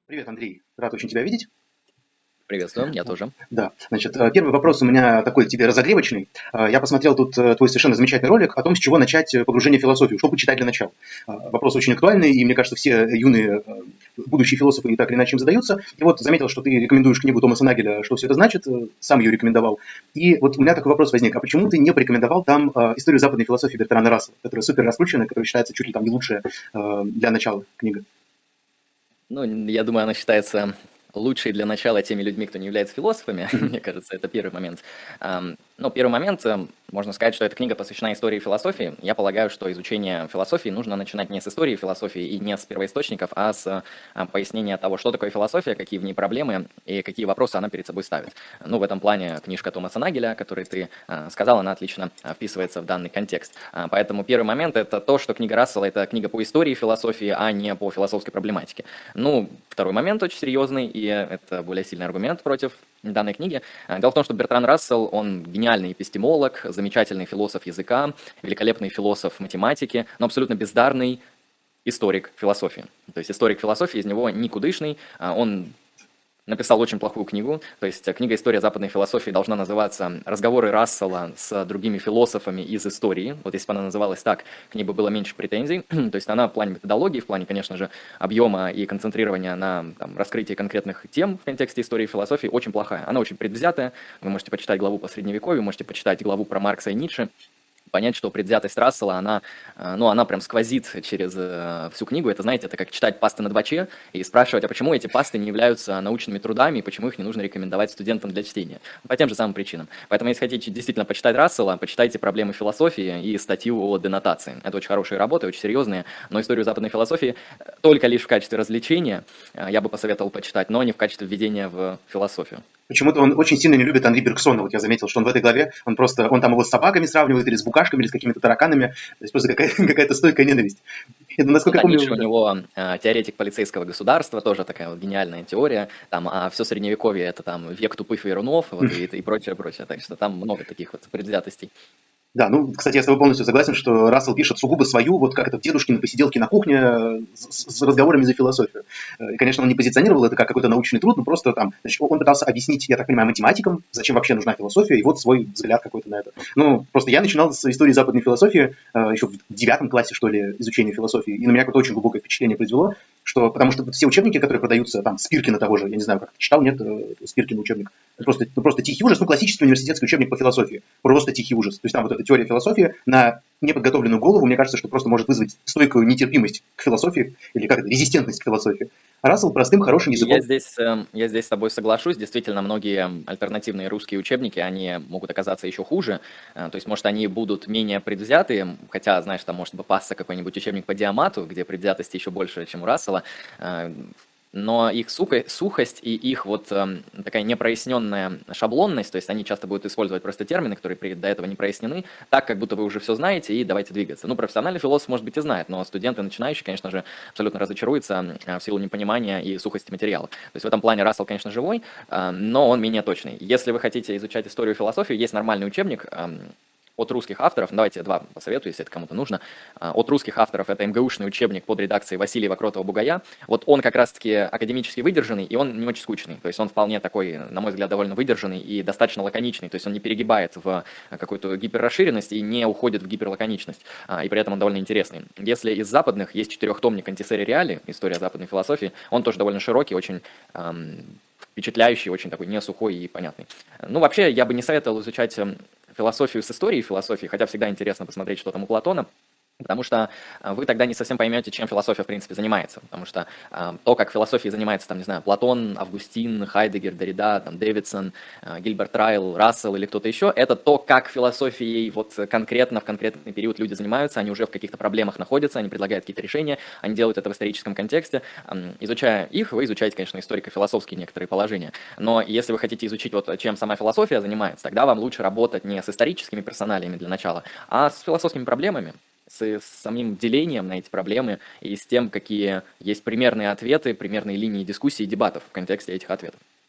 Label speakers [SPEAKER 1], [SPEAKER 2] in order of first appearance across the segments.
[SPEAKER 1] Привет, Андрей. Рад очень тебя видеть.
[SPEAKER 2] Приветствую, я тоже.
[SPEAKER 1] Да, значит, первый вопрос у меня такой тебе разогревочный. Я посмотрел тут твой совершенно замечательный ролик о том, с чего начать погружение в философию, что почитать для начала. Вопрос очень актуальный, и мне кажется, все юные будущие философы и так или иначе им задаются. И вот заметил, что ты рекомендуешь книгу Томаса Нагеля «Что все это значит», сам ее рекомендовал. И вот у меня такой вопрос возник, а почему ты не порекомендовал там историю западной философии Бертрана Рассела, которая супер раскрученная, которая считается чуть ли там не лучшая для начала книга?
[SPEAKER 2] Ну, я думаю, она считается лучшей для начала теми людьми, кто не является философами.
[SPEAKER 1] Мгм.
[SPEAKER 2] Мне кажется, это первый момент. Ну, первый момент, можно сказать, что эта книга посвящена истории философии. Я полагаю, что изучение философии нужно начинать не с истории философии и не с первоисточников, а с пояснения того, что такое философия, какие в ней проблемы и какие вопросы она перед собой ставит. Ну, в этом плане книжка Томаса Нагеля, который ты сказал, она отлично вписывается в данный контекст. Поэтому первый момент — это то, что книга Рассела — это книга по истории философии, а не по философской проблематике. Ну, второй момент очень серьезный, и это более сильный аргумент против данной книги. Дело в том, что Бертран Рассел, он гениальный эпистемолог, замечательный философ языка, великолепный философ математики, но абсолютно бездарный историк философии. То есть историк философии из него никудышный, он написал очень плохую книгу, то есть книга «История западной философии» должна называться «Разговоры Рассела с другими философами из истории». Вот если бы она называлась так, к ней бы было меньше претензий. То есть она в плане методологии, в плане, конечно же, объема и концентрирования на раскрытии конкретных тем в контексте истории философии очень плохая. Она очень предвзятая. Вы можете почитать главу по Средневековью, можете почитать главу про Маркса и Ницше, понять, что предвзятость Рассела, она прям сквозит через всю книгу. Это, знаете, это как читать пасты на 2Ч и спрашивать, а почему эти пасты не являются научными трудами, и почему их не нужно рекомендовать студентам для чтения. По тем же самым причинам. Поэтому, если хотите действительно почитать Рассела, почитайте «Проблемы философии» и статью о денотации. Это очень хорошие работы, очень серьезные, но историю западной философии только лишь в качестве развлечения я бы посоветовал почитать, но не в качестве введения в философию.
[SPEAKER 1] Почему-то он очень сильно не любит Анри Бергсона. Вот я заметил, что он в этой главе, он там его с собаками сравнивает, или с букашками, или с какими-то тараканами. То есть просто какая-то стойкая ненависть. И, ну,
[SPEAKER 2] Ну
[SPEAKER 1] насколько я
[SPEAKER 2] да, Ницше
[SPEAKER 1] помню,
[SPEAKER 2] у
[SPEAKER 1] да.
[SPEAKER 2] него теоретик полицейского государства, тоже такая вот гениальная теория. Там, а все средневековье — это там век тупых верунов, вот, и прочее, прочее. Так что там много таких вот предвзятостей.
[SPEAKER 1] Да, ну, кстати, я с тобой полностью согласен, что Рассел пишет сугубо свою, вот как это в дедушкиной посиделке на кухне с разговорами за философию. И, конечно, он не позиционировал это как какой-то научный труд, но просто там, значит, он пытался объяснить, я так понимаю, математикам, зачем вообще нужна философия, и вот свой взгляд какой-то на это. Ну, просто я начинал с истории западной философии еще в 9 классе, что ли, изучения философии, и на меня какое-то очень глубокое впечатление произвело, что, потому что все учебники, которые продаются, там, Спиркина того же, я не знаю, как ты читал, нет, Спиркина учебник, это просто тихий ужас, ну, классический университетский учебник по философии, просто тихий ужас. То есть там вот эта теория философии на неподготовленную голову, мне кажется, что просто может вызвать стойкую нетерпимость к философии, или как это, резистентность к философии. А Рассел простым, хорошим
[SPEAKER 2] И Я
[SPEAKER 1] языком.
[SPEAKER 2] здесь, я здесь с тобой соглашусь. Действительно, многие альтернативные русские учебники, они могут оказаться еще хуже. То есть, может, они будут менее предвзятые, хотя, знаешь, там может попасться какой-нибудь учебник по Диамату, где предвзятости еще больше, чем у Рассела. Но их сухость и их вот такая непроясненная шаблонность, то есть они часто будут использовать просто термины, которые до этого не прояснены, так, как будто вы уже все знаете, и давайте двигаться. Ну, профессиональный философ, может быть, и знает, но студенты начинающие, конечно же, абсолютно разочаруются в силу непонимания и сухости материала. То есть в этом плане Рассел, конечно, живой, но он менее точный. Если вы хотите изучать историю философии, есть нормальный учебник от русских авторов, давайте я два посоветую, если это кому-то нужно. От русских авторов это МГУшный учебник под редакцией Васильева, Кротова, Бугая. Вот он как раз-таки академически выдержанный, и он не очень скучный. То есть он вполне такой, на мой взгляд, довольно выдержанный и достаточно лаконичный. То есть он не перегибает в какую-то гиперрасширенность и не уходит в гиперлаконичность. И при этом он довольно интересный. Если из западных есть четырехтомник «Антисери Реали», история западной философии, он тоже довольно широкий, очень впечатляющий, очень такой не сухой и понятный. Ну, вообще, я бы не советовал изучать философию с историей философии, хотя всегда интересно посмотреть, что там у Платона, потому что вы тогда не совсем поймете, чем философия, в принципе, занимается. Потому что то, как философией занимается, там, не знаю, Платон, Августин, Хайдегер, Derrida, там, Дэвидсон, Гильберт Райл, Рассел или кто-то еще, это то, как философией вот конкретно в конкретный период люди занимаются, они уже в каких-то проблемах находятся, они предлагают какие-то решения, они делают это в историческом контексте. Изучая их, вы изучаете, конечно, историко-философские некоторые положения. Но если вы хотите изучить, вот, чем сама философия занимается, тогда вам лучше работать не с историческими персоналиями для начала, а с философскими проблемами, с самим делением на эти проблемы и с тем, какие есть примерные ответы, примерные линии дискуссий и дебатов в контексте этих ответов.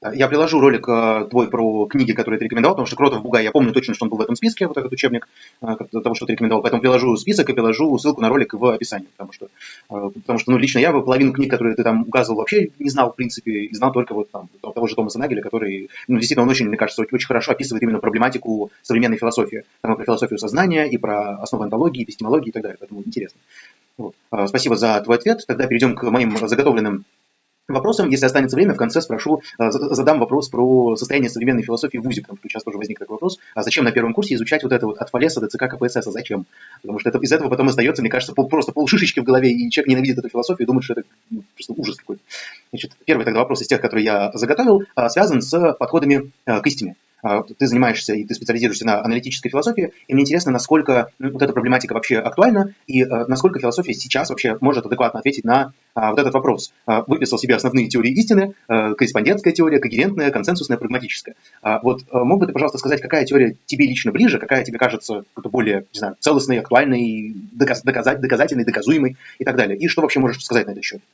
[SPEAKER 1] Я приложу ролик твой про книги, которые ты рекомендовал, потому что Кротов Бугай, я помню точно, что он был в этом списке, вот этот учебник, того, что ты рекомендовал. Поэтому приложу список и приложу ссылку на ролик в описании, потому что ну, лично я половину книг, которые ты там указывал, вообще не знал, в принципе, и знал только вот там того же Томаса Нагеля, который, ну, действительно, он очень, мне кажется, очень хорошо описывает именно проблематику современной философии. Там и про философию сознания, и про основы онтологии, эпистемологии и так далее. Поэтому интересно. Вот. Спасибо за твой ответ. Тогда перейдем к моим заготовленным вопросам. Если останется время, в конце задам вопрос про состояние современной философии в ВУЗе, потому что сейчас тоже возник такой вопрос. А зачем на первом курсе изучать вот это вот от Фалеса до ЦК КПСС? Зачем? Потому что из этого потом остается, мне кажется, просто полшишечки в голове, и человек ненавидит эту философию и думает, что это просто ужас какой-то. Значит, первый тогда вопрос из тех, которые я заготовил, связан с подходами к истине. Ты занимаешься и ты специализируешься на аналитической философии, и мне интересно, насколько вот эта проблематика вообще актуальна, и насколько философия сейчас вообще может адекватно ответить на вот этот вопрос. Выписал себе основные теории истины, корреспондентская теория, когерентная, консенсусная, прагматическая. Вот мог бы ты, пожалуйста, сказать, какая теория тебе лично ближе, какая тебе кажется более, не знаю, целостной, актуальной, доказательной, доказуемой и так далее, и что вообще можешь сказать на этот счет?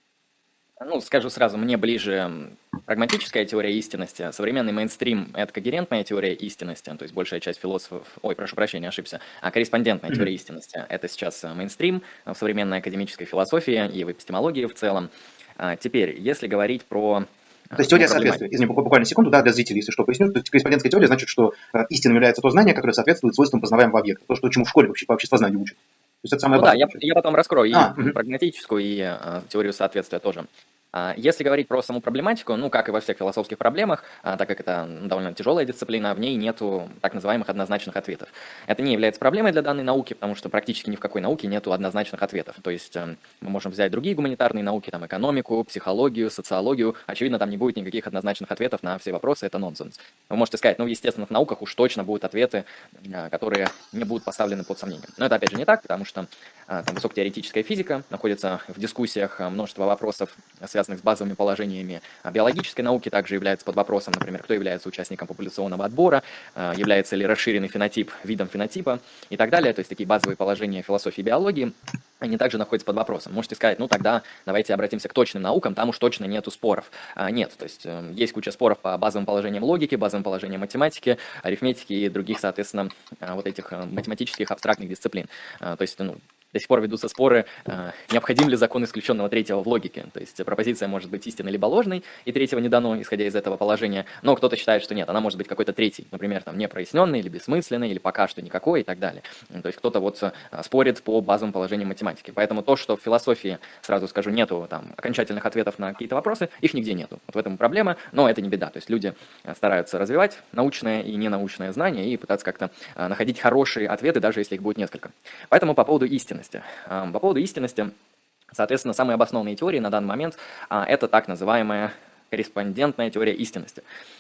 [SPEAKER 2] Ну, скажу сразу, мне ближе прагматическая теория истинности. Современный мейнстрим – это когерентная теория истинности, то есть большая часть философов… Ой, прошу прощения, ошибся. А корреспондентная теория истинности – это сейчас мейнстрим в современной академической философии и в эпистемологии в целом. Теперь, если говорить про…
[SPEAKER 1] То есть теория соответствия. Извини, буквально секунду, да, для зрителей, если что, поясню. То есть корреспондентская теория значит, что истинным является то знание, которое соответствует свойствам познаваемого объекта. То, что чему в школе вообще по обществознанию учат. То есть это самое
[SPEAKER 2] Ну да,
[SPEAKER 1] базовое.
[SPEAKER 2] я потом раскрою и прагматическую, и теорию соответствия тоже. Если говорить про саму проблематику, ну, как и во всех философских проблемах, так как это довольно тяжелая дисциплина, в ней нету так называемых однозначных ответов. Это не является проблемой для данной науки, потому что практически ни в какой науке нету однозначных ответов. То есть мы можем взять другие гуманитарные науки, там экономику, психологию, социологию. Очевидно, там не будет никаких однозначных ответов на все вопросы, это нонсенс. Вы можете сказать, ну, в естественных науках уж точно будут ответы, которые не будут поставлены под сомнение. Но это, опять же, не так, потому что там высокотеоретическая физика, находится в дискуссиях множество вопросов, связанных с базовыми положениями биологической науки, также является под вопросом, например, кто является участником популяционного отбора, является ли расширенный фенотип видом фенотипа и так далее. То есть такие базовые положения философии и биологии, они также находятся под вопросом. Можете сказать, ну тогда давайте обратимся к точным наукам, там уж точно нету споров. Нет, то есть есть куча споров по базовым положениям логики, базовым положениям математики, арифметики и других, соответственно, вот этих математических абстрактных дисциплин. То есть, ну, до сих пор ведутся споры, необходим ли закон исключенного третьего в логике. То есть пропозиция может быть истинной либо ложной, и третьего не дано, исходя из этого положения. Но кто-то считает, что нет, она может быть какой-то третий, например, там непроясненный или бессмысленный, или пока что никакой и так далее. То есть кто-то вот спорит по базовым положениям математики. Поэтому то, что в философии, сразу скажу, нету там окончательных ответов на какие-то вопросы, их нигде нету. Вот в этом проблема, но это не беда. То есть люди стараются развивать научное и ненаучное знание и пытаться как-то находить хорошие ответы, даже если их будет несколько. Поэтому по поводу истинности. По поводу истинности, соответственно, самые обоснованные теории на данный момент – это так называемая корреспондентная теория истинности.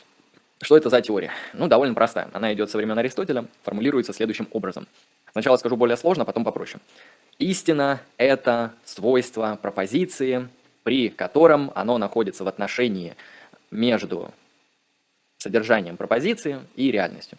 [SPEAKER 2] Что это за теория? Ну, довольно простая. Она идет со времен Аристотеля, формулируется следующим образом. Сначала скажу более сложно, потом попроще. Истина – это свойство пропозиции, при котором оно находится в отношении между содержанием пропозиции и реальностью.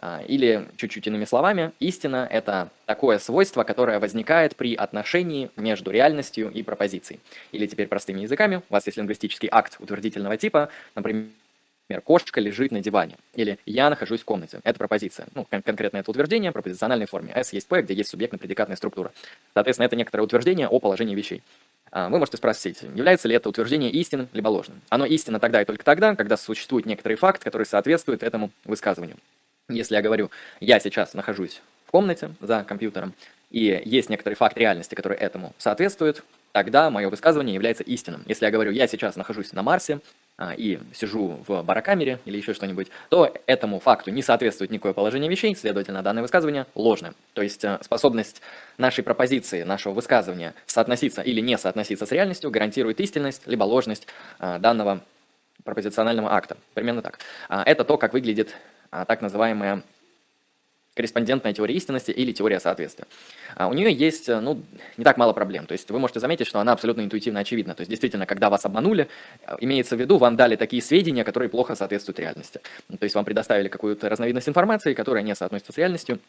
[SPEAKER 2] Или, чуть-чуть иными словами, истина – это такое свойство, которое возникает при отношении между реальностью и пропозицией. Или теперь простыми языками, у вас есть лингвистический акт утвердительного типа, например, кошка лежит на диване, или я нахожусь в комнате. Это пропозиция. Ну, конкретно это утверждение в пропозициональной форме. S есть P, где есть субъектно-предикатная структура. Соответственно, это некоторое утверждение о положении вещей. Вы можете спросить, является ли это утверждение истинным либо ложным. Оно истинно тогда и только тогда, когда существует некоторый факт, который соответствует этому высказыванию. Если я говорю, я сейчас нахожусь в комнате за компьютером, и есть некоторый факт реальности, который этому соответствует, тогда мое высказывание является истинным. Если я говорю, я сейчас нахожусь на Марсе и сижу в барокамере или еще что-нибудь, то этому факту не соответствует никакое положение вещей, следовательно, данное высказывание ложное. То есть способность нашей пропозиции, нашего высказывания соотноситься или не соотноситься с реальностью гарантирует истинность либо ложность данного пропозиционального акта. Примерно так. Это то, как выглядит так называемая корреспондентная теория истинности или теория соответствия. У нее есть, ну, не так мало проблем. То есть вы можете заметить, что она абсолютно интуитивно очевидна. То есть действительно, когда вас обманули, имеется в виду, вам дали такие сведения, которые плохо соответствуют реальности. То есть вам предоставили какую-то разновидность информации, которая не соотносится с реальностью,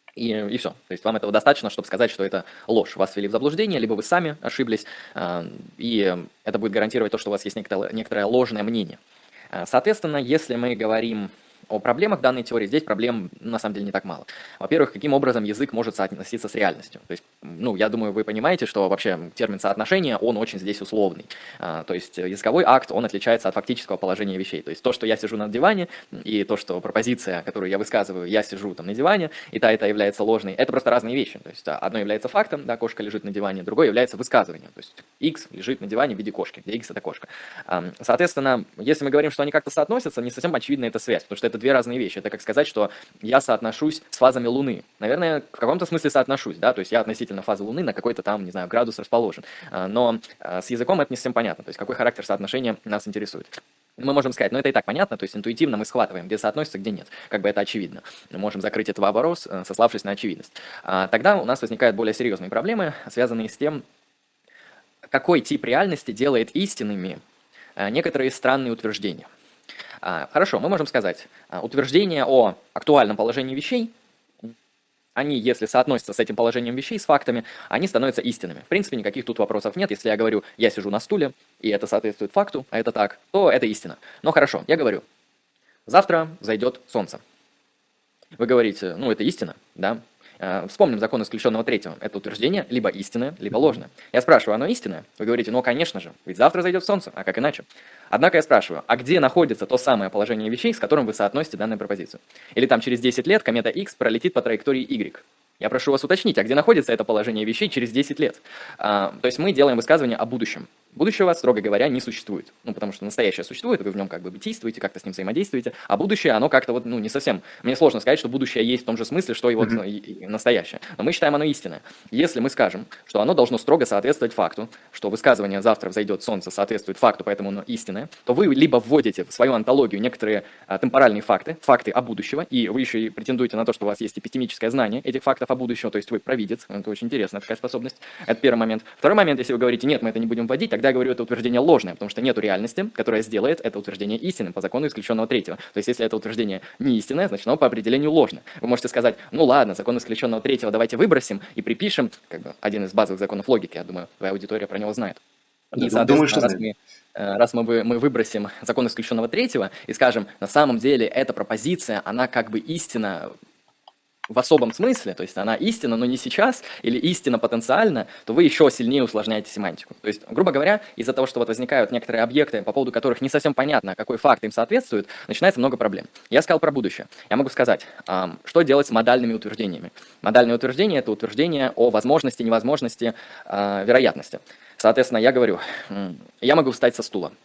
[SPEAKER 2] и все. То есть вам этого достаточно, чтобы сказать, что это ложь. Вас ввели в заблуждение, либо вы сами ошиблись, и это будет гарантировать то, что у вас есть некоторое ложное мнение. Соответственно, если мы говорим о проблемах данной теории, здесь проблем на самом деле не так мало. Во-первых, каким образом язык может соотноситься с реальностью. То есть, я думаю, вы понимаете, что вообще термин соотношения, он очень здесь условный. То есть языковой акт, он отличается от фактического положения вещей. То есть то, что я сижу на диване, и то, что пропозиция, которую я высказываю, я сижу там на диване, и та является ложной, это просто разные вещи. То есть одно является фактом, да, кошка лежит на диване, другое является высказыванием. То есть X лежит на диване в виде кошки, где X это кошка. Соответственно, если мы говорим, что они как-то соотносятся, не совсем очевидна эта связь, потому что это две разные вещи. Это как сказать, что я соотношусь с фазами Луны. Наверное, в каком-то смысле соотношусь, да, то есть я относительно фазы Луны на какой-то там, не знаю, градус расположен. Но с языком это не совсем понятно, то есть какой характер соотношения нас интересует. Мы можем сказать, это и так понятно, то есть интуитивно мы схватываем, где соотносится, где нет. Как бы это очевидно. Мы можем закрыть этот вопрос, сославшись на очевидность. Тогда у нас возникают более серьезные проблемы, связанные с тем, какой тип реальности делает истинными некоторые странные утверждения. Хорошо, мы можем сказать, утверждения о актуальном положении вещей, они, если соотносятся с этим положением вещей, с фактами, они становятся истинными. В принципе, никаких тут вопросов нет. Если я говорю, я сижу на стуле, и это соответствует факту, а это так, то это истина. Но хорошо, я говорю, завтра зайдет солнце. Вы говорите, это истина, да? Вспомним закон исключенного третьего. Это утверждение либо истинное, либо ложное. Я спрашиваю, оно истинное? Вы говорите, конечно же, ведь завтра зайдет солнце, а как иначе? Однако я спрашиваю, а где находится то самое положение вещей, с которым вы соотносите данную пропозицию? Или там через 10 лет комета X пролетит по траектории Y? Я прошу вас уточнить, а где находится это положение вещей через 10 лет? То есть мы делаем высказывание о будущем. Будущего, строго говоря, не существует. Потому что настоящее существует, вы в нем как бы бытийствуете, как-то с ним взаимодействуете, а будущее, оно как-то не совсем... Мне сложно сказать, что будущее есть в том же смысле, что и настоящее. Но мы считаем оно истинное. Если мы скажем, что оно должно строго соответствовать факту, что высказывание «завтра взойдет солнце» соответствует факту, поэтому оно истинное, то вы либо вводите в свою онтологию некоторые темпоральные факты о будущего, и вы еще и претендуете на то, что у вас есть эпистемическое знание этих фактов о будущем, то есть вы провидец, это очень интересная такая способность. Это первый момент. Второй момент, если вы говорите «нет, мы это не будем вводить», тогда я говорю, это утверждение ложное, потому что нету реальности, которая сделает это утверждение истинным по закону исключенного третьего. То есть если это утверждение не истинное, значит оно по определению ложное. Вы можете сказать, ладно, закон исключенного третьего давайте выбросим и припишем, один из базовых законов логики, я думаю, твоя аудитория про него знает. И, соответственно, раз мы выбросим закон исключенного третьего и скажем, на самом деле эта пропозиция, она как бы истина в особом смысле, то есть она истина, но не сейчас, или истина потенциально, то вы еще сильнее усложняете семантику. То есть, грубо говоря, из-за того, что возникают некоторые объекты, по поводу которых не совсем понятно, какой факт им соответствует, начинается много проблем. Я сказал про будущее. Я могу сказать, что делать с модальными утверждениями. Модальные утверждения – это утверждение о возможности, невозможности, вероятности. Соответственно, я говорю, я могу встать со стула.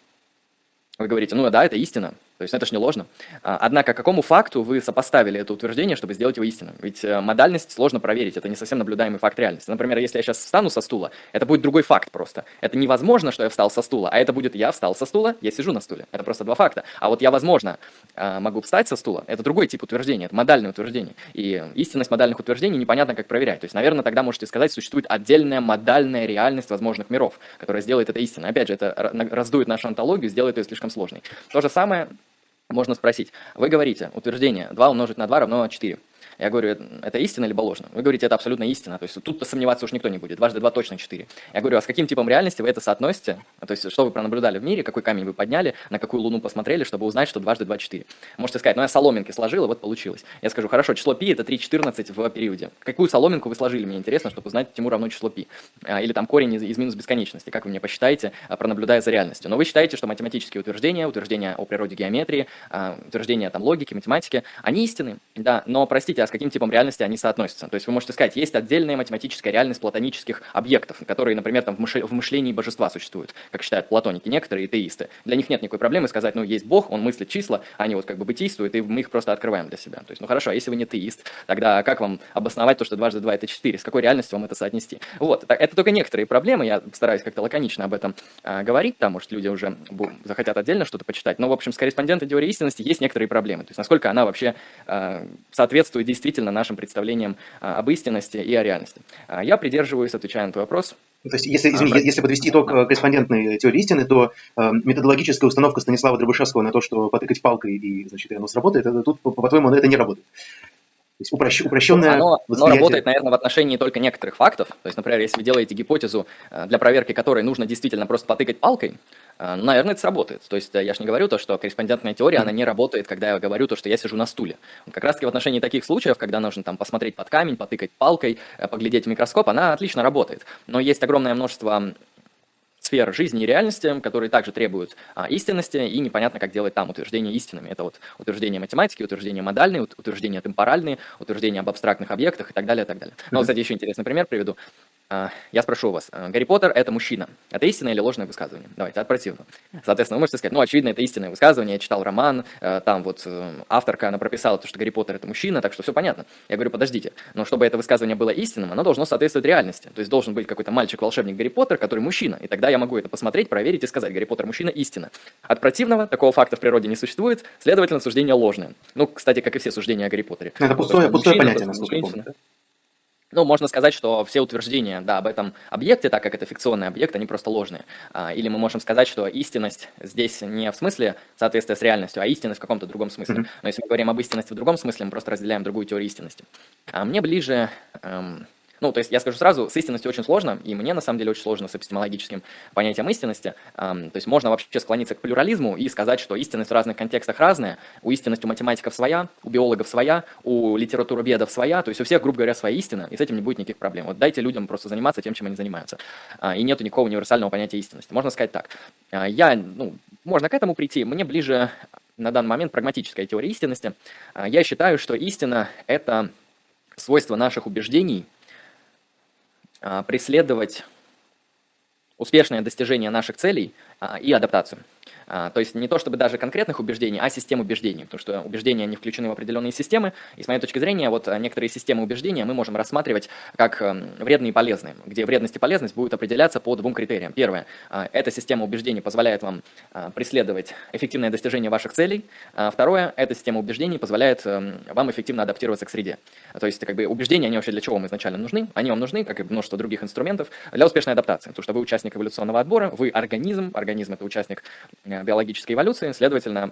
[SPEAKER 2] Вы говорите, да, это истина. То есть это ж не ложно. Однако, к какому факту вы сопоставили это утверждение, чтобы сделать его истинным? Ведь модальность сложно проверить, это не совсем наблюдаемый факт реальности. Например, если я сейчас встану со стула, это будет другой факт просто. Это невозможно, что я встал со стула, а это будет я встал со стула, я сижу на стуле. Это просто два факта. А вот я, возможно, могу встать со стула, это другой тип утверждения, это модальное утверждение. И истинность модальных утверждений непонятно, как проверять. То есть, наверное, тогда можете сказать, существует отдельная модальная реальность возможных миров, которая сделает это истинной. Опять же, это раздует нашу онтологию, сделает ее слишком сложной. То же самое можно спросить. Вы говорите, утверждение 2 умножить на 2 равно 4. Я говорю, это истина либо ложно? Вы говорите, это абсолютно истина. То есть тут сомневаться уж никто не будет. 2 × 2 точно 4. Я говорю, а с каким типом реальности вы это соотносите? То есть что вы пронаблюдали в мире, какой камень вы подняли, на какую луну посмотрели, чтобы узнать, что 2 × 2 4. Можете сказать, я соломинки сложил, и вот получилось. Я скажу, хорошо, число π это 3,14 в периоде. Какую соломинку вы сложили, мне интересно, чтобы узнать, чему равно число π. Или там корень из минус бесконечности. Как вы мне посчитаете, пронаблюдая за реальностью. Но вы считаете, что математические утверждения о природе геометрии, утверждения логики, математики, они истинны. Да, но простите, а с каким типом реальности они соотносятся? То есть вы можете сказать, есть отдельная математическая реальность платонических объектов, которые, например, в мышлении божества существуют, как считают платоники некоторые теисты. Для них нет никакой проблемы сказать, есть Бог, он мыслит числа, они бытийствуют, и мы их просто открываем для себя. То есть, хорошо, а если вы не теист, тогда как вам обосновать то, что 2 × 2 это 4? С какой реальностью вам это соотнести? Это только некоторые проблемы, я стараюсь как-то лаконично об этом говорить, там, может, люди уже захотят отдельно что-то почитать, но, в общем, с корреспондентной теорией истинности есть некоторые проблемы, то есть насколько она вообще соответствует действительно нашим представлениям об истинности и о реальности. Я придерживаюсь, отвечая на твой вопрос.
[SPEAKER 1] То есть, если подвести итог корреспондентной теории истины, то методологическая установка Станислава Дробышевского на то, что потыкать палкой и, оно сработает, тут, по-твоему, это не работает. есть
[SPEAKER 2] Ну,
[SPEAKER 1] упрощенное
[SPEAKER 2] оно
[SPEAKER 1] восприятие.
[SPEAKER 2] работает, наверное, в отношении только некоторых фактов. То есть, например, если вы делаете гипотезу, для проверки которой нужно действительно просто потыкать палкой, ну, наверное, это сработает. То есть я же не говорю то, что корреспондентная теория, она не работает, когда я говорю то, что я сижу на стуле. Вот как раз-таки в отношении таких случаев, когда нужно там посмотреть под камень, потыкать палкой, поглядеть в микроскоп, она отлично работает. Но есть огромное множество сфер жизни и реальности, которые также требуют истинности, и непонятно, как делать там утверждения истинными. Это вот утверждения математики, утверждения модальные, утверждения темпоральные, утверждения об абстрактных объектах и так далее, и так далее. Но, кстати, еще интересный пример приведу. Я спрошу у вас, Гарри Поттер – это мужчина. Это истинное или ложное высказывание? Давайте, от противного. Соответственно, вы можете сказать, ну, очевидно, это истинное высказывание, я читал роман, там вот авторка, она прописала то, что Гарри Поттер – это мужчина, так что все понятно. Я говорю, подождите, но чтобы это высказывание было истинным, оно должно соответствовать реальности. То есть должен быть какой-то мальчик-волшебник Гарри Поттер, который мужчина, и тогда я могу это посмотреть, проверить и сказать, Гарри Поттер – мужчина, истина. От противного такого факта в природе не существует, следовательно, суждение ложное. Ну, кстати, как и все суждения о Гарри Поттере.
[SPEAKER 1] Это пустое понятие, насколько я помню.
[SPEAKER 2] Ну, можно сказать, что все утверждения, да, об этом объекте, так как это фикционный объект, они просто ложные. Или мы можем сказать, что истинность здесь не в смысле соответствия с реальностью, а истинность в каком-то другом смысле. Но если мы говорим об истинности в другом смысле, мы просто разделяем другую теорию истинности. Мне ближе... Ну, то есть я скажу сразу, с истинностью очень сложно, и мне на самом деле очень сложно с эпистемологическим понятием истинности. То есть можно вообще склониться к плюрализму и сказать, что истинность в разных контекстах разная. У истинности у математиков своя, у биологов своя, у литературоведов своя. То есть у всех, грубо говоря, своя истина, и с этим не будет никаких проблем. Вот дайте людям просто заниматься тем, чем они занимаются. И нету никакого универсального понятия истинности. Можно сказать так. Можно к этому прийти. Мне ближе на данный момент прагматическая теория истинности. Я считаю, что истина – это свойство наших убеждений, преследовать успешное достижение наших целей и адаптацию. То есть не то чтобы даже конкретных убеждений, а систем убеждений, потому что убеждения не включены в определенные системы, и с моей точки зрения вот некоторые системы убеждения мы можем рассматривать как вредные и полезные, где вредность и полезность будут определяться по двум критериям. Первое, эта система убеждений позволяет вам преследовать эффективное достижение ваших целей. Второе, эта система убеждений позволяет вам эффективно адаптироваться к среде. То есть как бы убеждения, они вообще для чего вам изначально нужны? Они вам нужны, как и множество других инструментов, для успешной адаптации, потому что вы участник эволюционного отбора, вы организм это участник биологической эволюции, следовательно,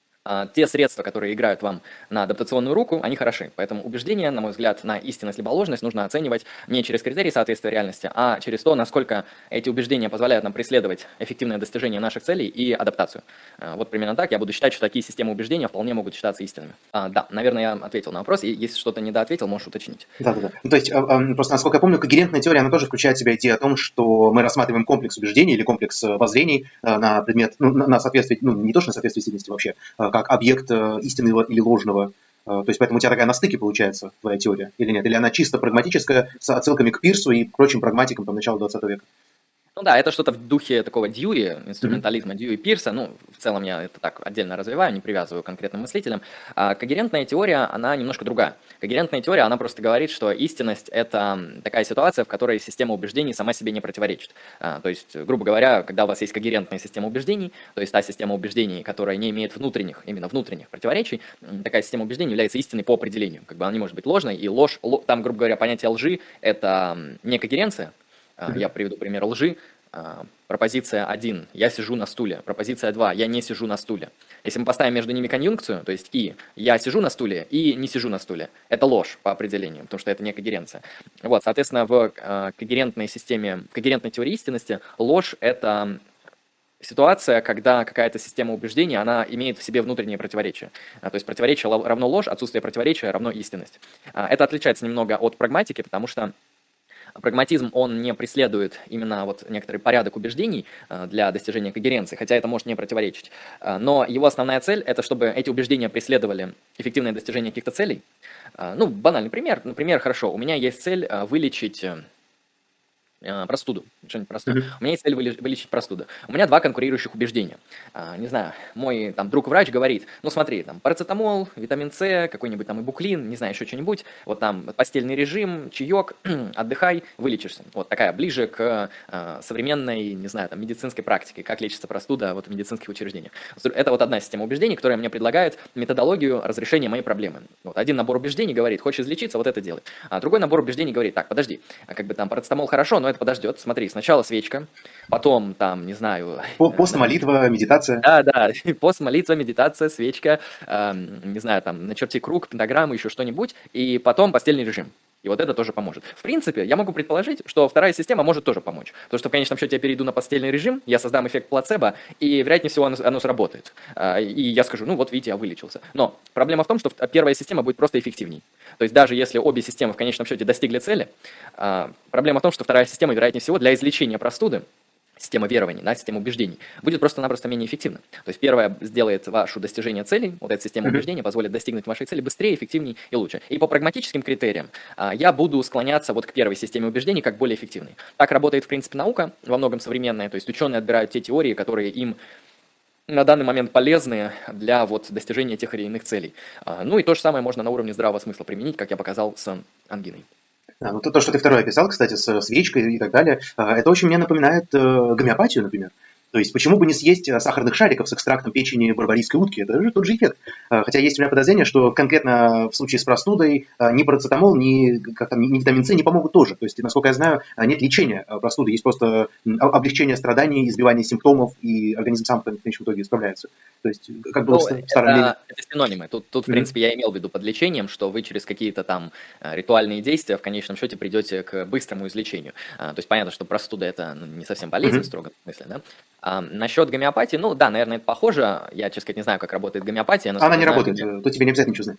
[SPEAKER 2] те средства, которые играют вам на адаптационную руку, они хороши. Поэтому убеждения, на мой взгляд, на истинность либо ложность нужно оценивать не через критерии соответствия реальности, а через то, насколько эти убеждения позволяют нам преследовать эффективное достижение наших целей и адаптацию. Вот примерно так. Я буду считать, что такие системы убеждения вполне могут считаться истинными. Да, наверное, я ответил на вопрос. И если что-то недоответил, можешь уточнить.
[SPEAKER 1] Да. Ну, то есть, просто, насколько я помню, когерентная теория, она тоже включает в себя идею о том, что мы рассматриваем комплекс убеждений или комплекс воззрений на предмет, на соответствие, не то, что на соответствие истинности вообще, как объект истинного или ложного. То есть поэтому у тебя такая на стыке получается твоя теория, или нет? Или она чисто прагматическая, с отсылками к Пирсу и прочим прагматикам начала 20 века?
[SPEAKER 2] Ну да, это что-то в духе такого Дьюи, инструментализма Дьюи Пирса. Ну, в целом я это так отдельно развиваю, не привязываю к конкретным мыслителям. А когерентная теория, она немножко другая. Когерентная теория, она просто говорит, что истинность – это такая ситуация, в которой система убеждений сама себе не противоречит. То есть, грубо говоря, когда у вас есть когерентная система убеждений, то есть та система убеждений, которая не имеет именно внутренних противоречий, такая система убеждений является истинной по определению. Как бы она не может быть ложной, и ложь, там, грубо говоря, понятие лжи – это не когеренция. Я приведу пример лжи. Пропозиция 1 – я сижу на стуле. Пропозиция 2 – я не сижу на стуле. Если мы поставим между ними конъюнкцию, то есть и я сижу на стуле, и не сижу на стуле, это ложь по определению, потому что это не когеренция. Вот, соответственно, в когерентной системе, в когерентной теории истинности ложь – это ситуация, когда какая-то система убеждений, она имеет в себе внутренние противоречия. То есть противоречие равно ложь, отсутствие противоречия равно истинность. Это отличается немного от прагматики, потому что прагматизм, он не преследует именно вот некоторый порядок убеждений для достижения когеренции, хотя это может не противоречить. Но его основная цель – это чтобы эти убеждения преследовали эффективное достижение каких-то целей. Ну, банальный пример. Например, хорошо, у меня есть цель вылечить простуду, что-нибудь простое. У меня есть цель вылечить простуду. У меня два конкурирующих убеждения. Не знаю, мой там друг-врач говорит, ну смотри, там парацетамол, витамин С, какой-нибудь там ибуклин, не знаю, еще что-нибудь, вот там постельный режим, чаек, отдыхай, вылечишься. Вот такая, ближе к современной, не знаю, там медицинской практике, как лечится простуда вот в медицинских учреждениях. Это вот одна система убеждений, которая мне предлагает методологию разрешения моей проблемы. Вот один набор убеждений говорит, хочешь излечиться, вот это делай. А другой набор убеждений говорит, так, подожди, как бы там парацетамол хорошо, но это подождет. Смотри, сначала свечка, потом там, не знаю...
[SPEAKER 1] Пост, молитва, медитация.
[SPEAKER 2] Да, пост, молитва, медитация, свечка, не знаю, там, начерти круг, пентаграмму, еще что-нибудь, и потом постельный режим. И вот это тоже поможет. В принципе, я могу предположить, что вторая система может тоже помочь. Потому что в конечном счете я перейду на постельный режим, я создам эффект плацебо, и вероятнее всего оно сработает. И я скажу, ну вот видите, я вылечился. Но проблема в том, что первая система будет просто эффективней. То есть даже если обе системы в конечном счете достигли цели, проблема в том, что вторая система, вероятнее всего, для излечения простуды, система верований, да, система убеждений, будет просто-напросто менее эффективна. То есть первая сделает ваше достижение целей, вот эта система убеждений позволит достигнуть вашей цели быстрее, эффективнее и лучше. И по прагматическим критериям я буду склоняться вот к первой системе убеждений как более эффективной. Так работает, в принципе, наука, во многом современная, то есть ученые отбирают те теории, которые им на данный момент полезны для вот достижения тех или иных целей. Ну и то же самое можно на уровне здравого смысла применить, как я показал с ангиной.
[SPEAKER 1] Ну, то, что ты второе описал, кстати, с свечкой и так далее, это очень мне напоминает гомеопатию, например. То есть почему бы не съесть сахарных шариков с экстрактом печени барбарийской утки? Это же тот же эффект. Хотя есть у меня подозрение, что конкретно в случае с простудой ни парацетамол, ни витамин С не помогут тоже. То есть, насколько я знаю, нет лечения простуды, есть просто облегчение страданий, избивание симптомов, и организм сам в конечном итоге справляется. То есть, как было в старом мире.
[SPEAKER 2] Это синонимы. Тут в принципе, я имел в виду под лечением, что вы через какие-то там ритуальные действия в конечном счете придете к быстрому излечению. То есть понятно, что простуда это не совсем болезнь в строгом смысле, да? Насчет гомеопатии, ну да, наверное, это похоже. Я, честно сказать, не знаю, как работает гомеопатия.
[SPEAKER 1] Она не работает, то тебе не обязательно ничего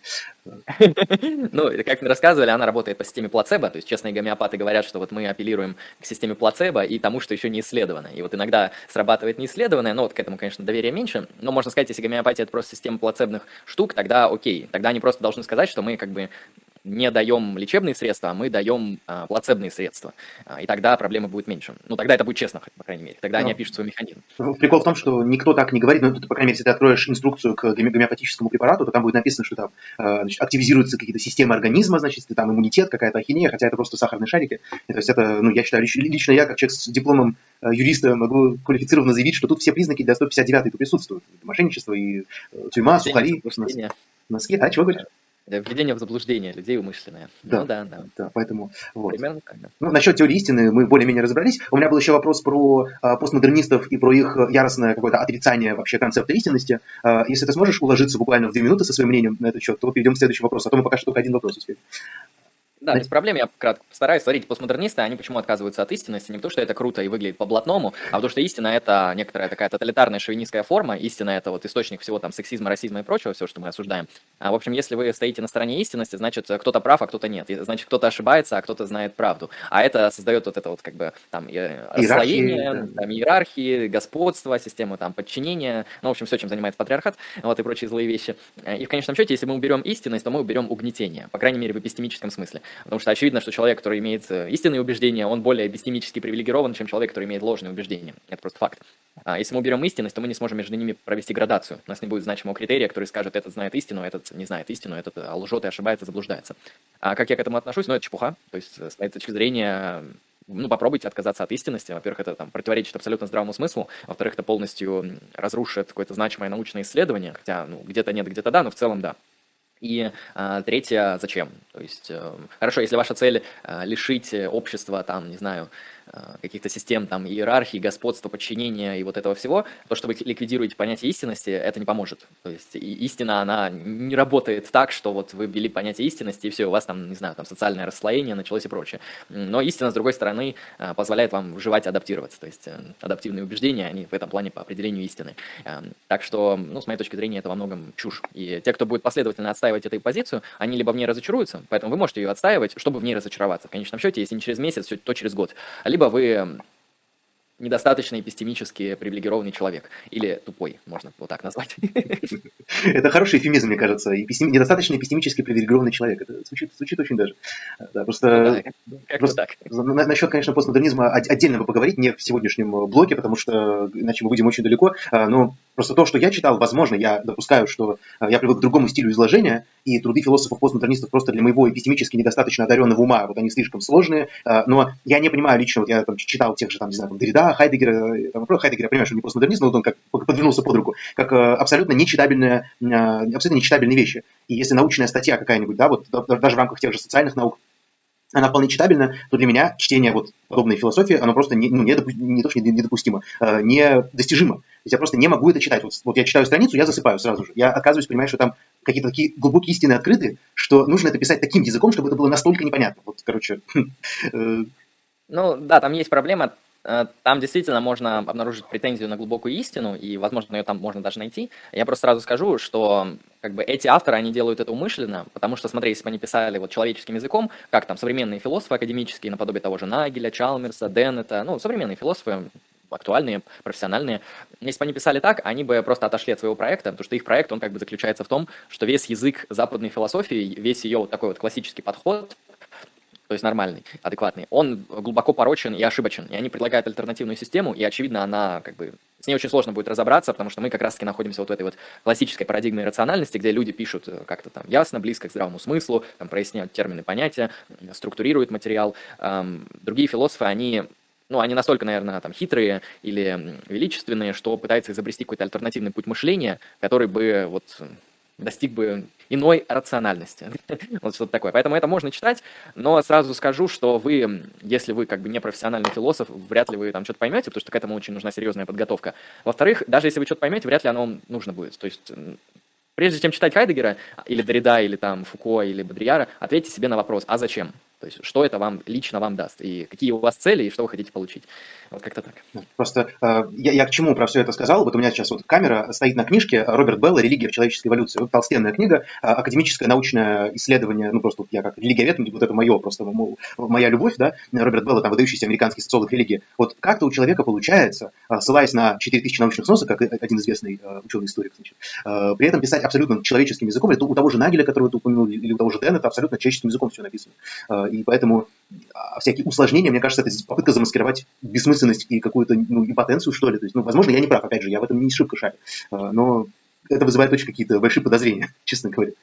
[SPEAKER 1] знать.
[SPEAKER 2] Ну, как мне рассказывали, она работает по системе плацебо. То есть честные гомеопаты говорят, что вот мы апеллируем к системе плацебо и тому, что еще не исследовано. И вот иногда срабатывает неисследованное, но вот к этому, конечно, доверия меньше. Но можно сказать, если гомеопатия это просто система плацебных штук, тогда окей. Тогда они просто должны сказать, что мы как бы не даем лечебные средства, а мы даем плацебные средства. И тогда проблемы будет меньше. Ну, тогда это будет честно, по крайней мере. Тогда они опишут свой механизм.
[SPEAKER 1] Прикол в том, что никто так не говорит, но, по крайней мере, если ты откроешь инструкцию к гомеопатическому препарату, то там будет написано, что там активизируются какие-то системы организма, значит, там иммунитет, какая-то ахинея, хотя это просто сахарные шарики. То есть это, ну, я считаю, лично я, как человек с дипломом юриста, могу квалифицированно заявить, что тут все признаки для 159-й присутствуют. Мошенничество и тюрьма, сухари, носки. А, чего говоришь?
[SPEAKER 2] Введение в заблуждение людей умышленное.
[SPEAKER 1] Да,
[SPEAKER 2] ну да.
[SPEAKER 1] Да, поэтому вот.
[SPEAKER 2] Примерно так, да.
[SPEAKER 1] Ну, насчет теории истины мы более-менее разобрались. У меня был еще вопрос про постмодернистов и про их яростное какое-то отрицание вообще концепта истинности. Если ты сможешь уложиться буквально в 2 минуты со своим мнением на этот счет, то перейдем к следующему вопросу. А то мы пока что только один вопрос успели.
[SPEAKER 2] Да, без проблем, я кратко постараюсь. Смотрите, постмодернисты, они почему отказываются от истинности? Не потому, что это круто и выглядит по-блатному, а потому что истина – это некоторая такая тоталитарная шовинистская форма. Истина – это вот источник всего там сексизма, расизма и прочего, все, что мы осуждаем. В общем, если вы стоите на стороне истинности, значит, кто-то прав, а кто-то нет. Значит, кто-то ошибается, а кто-то знает правду. А это создает вот это вот как бы там расслоение, там, иерархии, господство, систему там подчинения, ну, в общем, все, чем занимается патриархат, вот и прочие злые вещи. И в конечном счете, если мы уберем истинность, то мы уберем угнетение, по крайней мере, в эпистемическом смысле. Потому что очевидно, что человек, который имеет истинные убеждения, он более эпистемически привилегирован, чем человек, который имеет ложные убеждения. Это просто факт. Если мы уберем истинность, то мы не сможем между ними провести градацию. У нас не будет значимого критерия, который скажет, этот знает истину, этот не знает истину, этот лжет и ошибается, заблуждается. А как я к этому отношусь? Ну, это чепуха. То есть, с этой точки зрения, ну, попробуйте отказаться от истинности. Во-первых, это там противоречит абсолютно здравому смыслу. Во-вторых, это полностью разрушит какое-то значимое научное исследование. Хотя, ну, где-то нет, где-то да, но в целом да. И третье, зачем? То есть, хорошо, если ваша цель лишить общества, там, не знаю, каких-то систем там иерархии, господства, подчинения и вот этого всего, то, что вы ликвидируете понятие истинности, это не поможет. То есть истина, она не работает так, что вот вы ввели понятие истинности, и все, у вас там, не знаю, там социальное расслоение началось и прочее. Но истина, с другой стороны, позволяет вам выживать и адаптироваться. То есть адаптивные убеждения, они в этом плане по определению истины. Так что, ну, с моей точки зрения, это во многом чушь. И те, кто будет последовательно отстаивать эту позицию, они либо в ней разочаруются, поэтому вы можете ее отстаивать, чтобы в ней разочароваться. В конечном счете, если не через месяц, то через год. Либо вы недостаточно эпистемически привилегированный человек. Или тупой, можно вот так назвать.
[SPEAKER 1] Это хороший эфемизм, мне кажется. Недостаточно эпистемически привилегированный человек. Это звучит очень даже. Да, просто так. Насчет, конечно, постмодернизма отдельно бы поговорить, не в сегодняшнем блоке, потому что иначе мы будем очень далеко. Но просто то, что я читал, возможно, я допускаю, что я привык к другому стилю изложения, и труды философов-постмодернистов просто для моего эпистемически недостаточно одаренного ума, вот они слишком сложные. Но я не понимаю лично, вот я там читал тех же, там, не знаю, Деррида, Хайдеггера, Хайдеггера, я понимаю, что он не постмодернист, но вот он как подвернулся под руку, как абсолютно нечитабельные вещи. И если научная статья какая-нибудь, да, вот даже в рамках тех же социальных наук, она вполне читабельна, то для меня чтение вот подобной философии, оно просто не то, что недопустимо, недостижимо. То есть я просто не могу это читать. Вот я читаю страницу, я засыпаю сразу же. Я отказываюсь понимать, что там какие-то такие глубокие истины открыты, что нужно это писать таким языком, чтобы это было настолько непонятно. Вот, короче,
[SPEAKER 2] Ну да, там есть проблема. Там действительно можно обнаружить претензию на глубокую истину, и, возможно, ее там можно даже найти. Я просто сразу скажу, что как бы эти авторы, они делают это умышленно, потому что, смотри, если бы они писали вот человеческим языком, как там современные философы академические, наподобие того же Нагеля, Чалмерса, Деннета, ну, современные философы, актуальные, профессиональные. Если бы они писали так, они бы просто отошли от своего проекта, потому что их проект, он как бы заключается в том, что весь язык западной философии, весь ее вот такой вот классический подход, то есть нормальный, адекватный, он глубоко порочен и ошибочен. И они предлагают альтернативную систему, и, очевидно, она как бы... С ней очень сложно будет разобраться, потому что мы как раз-таки находимся вот в этой вот классической парадигме рациональности, где люди пишут как-то там ясно, близко к здравому смыслу, там проясняют термины, понятия, структурируют материал. Другие философы, они... Ну, они настолько, наверное, там хитрые или величественные, что пытаются изобрести какой-то альтернативный путь мышления, который бы вот достиг бы иной рациональности. Вот что-то такое. Поэтому это можно читать, но сразу скажу, что вы, если вы как бы не профессиональный философ, вряд ли вы там что-то поймете, потому что к этому очень нужна серьезная подготовка. Во-вторых, даже если вы что-то поймете, вряд ли оно нужно будет. То есть прежде чем читать Хайдеггера, или Derrida, или там Фуко, или Бодрияра, ответьте себе на вопрос, а зачем? То есть, что это вам лично вам даст, и какие у вас цели, и что вы хотите получить. Вот как-то так.
[SPEAKER 1] Просто я к чему про все это сказал? Вот у меня сейчас вот камера стоит на книжке Роберт Белла «Религия в человеческой эволюции». Вот толстенная книга, академическое научное исследование, ну просто я как религиовед, вот это мое просто, моя любовь, да, Роберт Белла, там выдающийся американский социолог религии. Вот как-то у человека получается, ссылаясь на 4000 научных сносок, как один известный ученый-историк, значит, при этом писать абсолютно человеческим языком. Это у того же Нагеля, которого ты упомянул, или у того же Деннета, абсолютно человеческим языком все написано. И поэтому всякие усложнения, мне кажется, это попытка замаскировать бессмысленность и какую-то импотенцию, что ли. То есть, возможно, я не прав, опять же, я в этом не шибко шарю. Но это вызывает очень какие-то большие подозрения, честно говоря.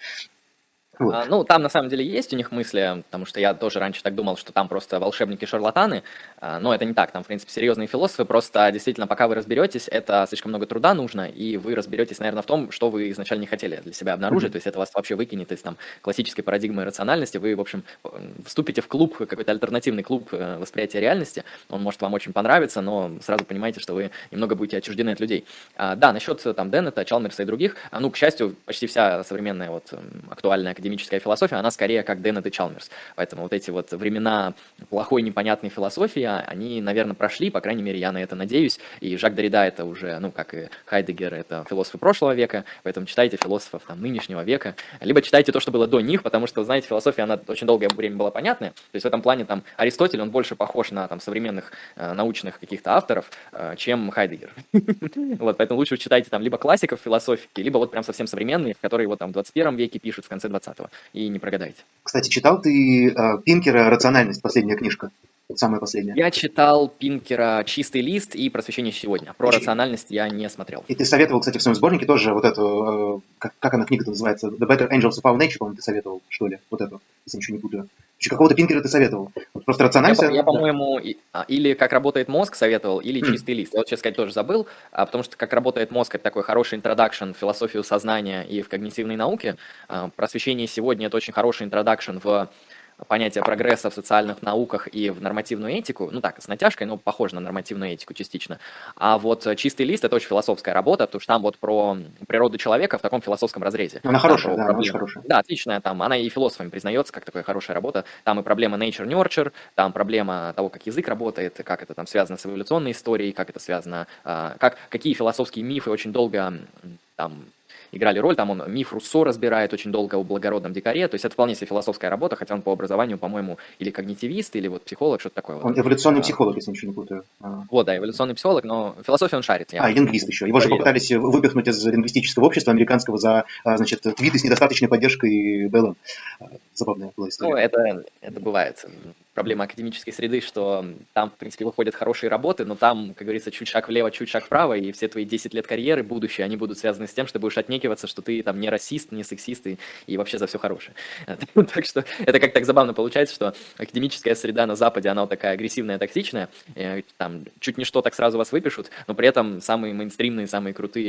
[SPEAKER 2] Вот. Ну, там на самом деле есть у них мысли, потому что я тоже раньше так думал, что там просто волшебники-шарлатаны, но это не так, там, в принципе, серьезные философы, просто действительно, пока вы разберетесь, это слишком много труда нужно, и вы разберетесь, наверное, в том, что вы изначально не хотели для себя обнаружить, то есть это вас вообще выкинет из там классической парадигмы рациональности, вы, в общем, вступите в клуб, какой-то альтернативный клуб восприятия реальности, он может вам очень понравиться, но сразу понимаете, что вы немного будете отчуждены от людей. Да, насчет там Деннета, Чалмерса и других, ну, к счастью, почти вся современная вот актуальная академическая философия, она скорее как Деннет и Чалмерс. Поэтому вот эти вот времена плохой, непонятной философии, они, наверное, прошли, по крайней мере, я на это надеюсь. И Жак Derrida это уже, ну, как и Хайдеггер, это философы прошлого века, поэтому читайте философов там нынешнего века, либо читайте то, что было до них, потому что, знаете, философия, она очень долгое время была понятная. То есть в этом плане там Аристотель, он больше похож на там современных научных каких-то авторов, чем Хайдеггер. Вот, поэтому лучше читайте там либо классиков философики, либо вот прям совсем современные, которые вот там в 21 веке пишут, в конце 20-го, и не прогадаете.
[SPEAKER 1] Кстати, читал ты Пинкера «Рациональность», последняя книжка? Самая последняя.
[SPEAKER 2] Я читал Пинкера «Чистый лист» и «Просвещение сегодня». Про рациональность я не смотрел.
[SPEAKER 1] И ты советовал, кстати, в своем сборнике тоже вот эту, как она книга-то называется, «The Better Angels of Our Nature», по-моему, ты советовал, что ли, вот эту, если ничего не путаю. Еще какого-то Пинкера ты советовал. Вот просто рациональность...
[SPEAKER 2] Я по-моему, или «Как работает мозг» советовал, или «Чистый лист». Я вот сейчас сказать тоже забыл, потому что «Как работает мозг» — это такой хороший интродакшн в философию сознания и в когнитивной науке. «Просвещение сегодня» — это очень хороший интродакшн в понятие прогресса в социальных науках и в нормативную этику, ну так, с натяжкой, но похоже на нормативную этику частично. А вот «Чистый лист» — это очень философская работа, потому что там вот про природу человека в таком философском разрезе.
[SPEAKER 1] Она хорошая, да, она очень хорошая.
[SPEAKER 2] Да, отличная, там, она и философами признается как такая хорошая работа. Там и проблема nature-nurture, там проблема того, как язык работает, как это там связано с эволюционной историей, как это связано, какие философские мифы очень долго там играли роль, там он миф Руссо разбирает очень долго о благородном дикаре, то есть это вполне себе философская работа, хотя он по образованию, по-моему, или когнитивист, или вот психолог, что-то такое.
[SPEAKER 1] Он эволюционный психолог, если ничего не путаю.
[SPEAKER 2] Вот, да, эволюционный психолог, но философию он шарит.
[SPEAKER 1] И лингвист еще. Его же попытались выпихнуть из лингвистического общества американского за, значит, твиты с недостаточной поддержкой Беллом. Забавная была история.
[SPEAKER 2] Ну, это бывает. Проблема академической среды, что там, в принципе, выходят хорошие работы, но там, как говорится, чуть шаг влево, чуть шаг вправо, и все твои 10 лет карьеры, будущее, они будут связаны с тем, что ты будешь отнекиваться, что ты там не расист, не сексист и вообще за все хорошее. Так что это как так забавно получается, что академическая среда на Западе, она вот такая агрессивная, токсичная, там чуть не что так сразу вас выпишут, но при этом самые мейнстримные, самые крутые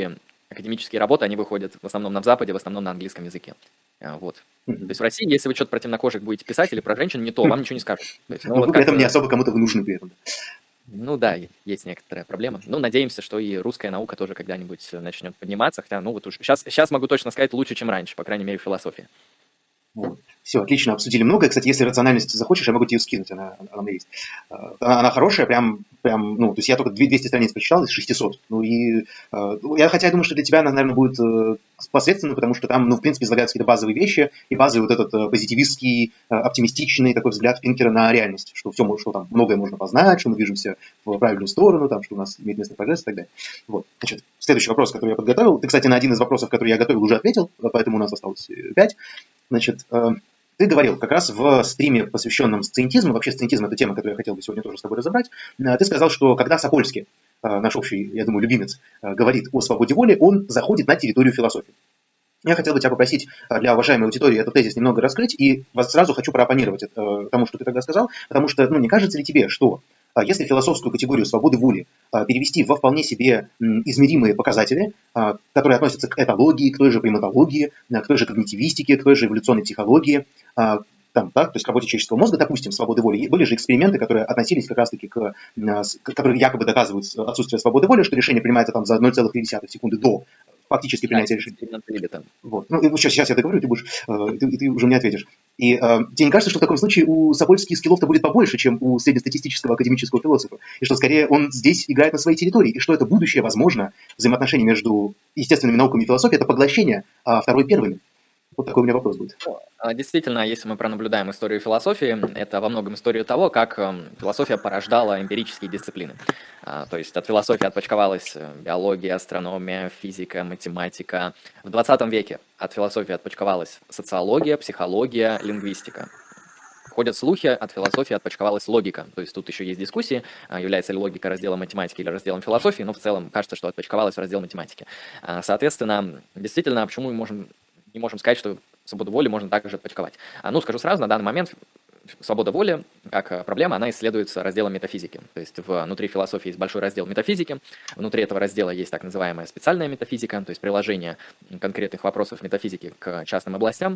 [SPEAKER 2] академические работы, они выходят в основном на Западе, в основном на английском языке. Вот. То
[SPEAKER 1] Мгм.
[SPEAKER 2] есть в России, если вы что-то про темнокожих будете писать или про женщин, не то, вам ничего не скажут. То есть, ну
[SPEAKER 1] Но
[SPEAKER 2] вот
[SPEAKER 1] вы при этом не
[SPEAKER 2] как-то,
[SPEAKER 1] особо кому-то вы нужны при этом.
[SPEAKER 2] ну да, есть некоторая проблема. Ну, надеемся, что и русская наука тоже когда-нибудь начнет подниматься, хотя, ну вот уж сейчас могу точно сказать, лучше, чем раньше, по крайней мере, в философии.
[SPEAKER 1] Вот. Все, отлично, обсудили многое. Кстати, если рациональность захочешь, я могу тебе ее скинуть, она у меня есть. Она хорошая, ну, то есть я только 200 страниц прочитал из 600. Ну и хотя я думаю, что для тебя она, наверное, будет посредственно, потому что там, ну, в принципе, излагаются какие-то базовые вещи, и базовый вот этот позитивистский, оптимистичный такой взгляд Пинкера на реальность, что все, что там многое можно познать, что мы движемся в правильную сторону, там, что у нас имеет место прогресс и так далее. Вот. Значит, следующий вопрос, который я подготовил. Ты, кстати, на один из вопросов, который я готовил, уже ответил, поэтому у нас осталось 5. Значит, ты говорил как раз в стриме, посвященном сциентизму, вообще сциентизм – это тема, которую я хотел бы сегодня тоже с тобой разобрать, ты сказал, что когда Сапольский, наш общий, я думаю, любимец, говорит о свободе воли, он заходит на территорию философии. Я хотел бы тебя попросить для уважаемой аудитории этот тезис немного раскрыть, и сразу хочу прооппонировать тому, что ты тогда сказал, потому что, ну, не кажется ли тебе, что если философскую категорию свободы воли перевести во вполне себе измеримые показатели, которые относятся к этологии, к той же приматологии, к той же когнитивистике, к той же эволюционной психологии, там, да, то есть к работе человеческого мозга, допустим, свободы воли, были же эксперименты, которые относились как раз-таки которые якобы доказывают отсутствие свободы воли, что решение принимается там за 0,3 секунды до фактически принятия решения. Вот. Ну, сейчас я договорю, ты уже мне ответишь. И тебе не кажется, что в таком случае у Сапольски скиллов-то будет побольше, чем у среднестатистического академического философа? И что скорее он здесь играет на своей территории, и что это будущее, возможно, взаимоотношения между естественными науками и философией, это поглощение второй первыми. Вот такой у меня вопрос будет.
[SPEAKER 2] Действительно, если мы пронаблюдаем историю философии, это во многом история того, как философия порождала эмпирические дисциплины. То есть от философии отпочковалась биология, астрономия, физика, математика. В 20 веке от философии отпочковалась социология, психология, лингвистика. Ходят слухи, от философии отпочковалась логика. То есть тут еще есть дискуссии, является ли логика разделом математики или разделом философии, но в целом кажется, что отпочковалась в раздел математики. Соответственно, действительно, почему мы не можем сказать, что свободу воли можно также отпочковать? Ну, скажу сразу, на данный момент свобода воли, как проблема, она исследуется разделом метафизики. То есть внутри философии есть большой раздел метафизики, внутри этого раздела есть так называемая специальная метафизика, то есть приложение конкретных вопросов метафизики к частным областям,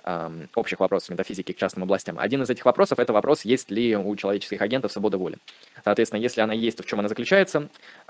[SPEAKER 2] общих вопросов метафизики к частным областям. Один из этих вопросов – это вопрос, есть ли у человеческих агентов свобода воли. Соответственно, если она есть, то в чем она заключается,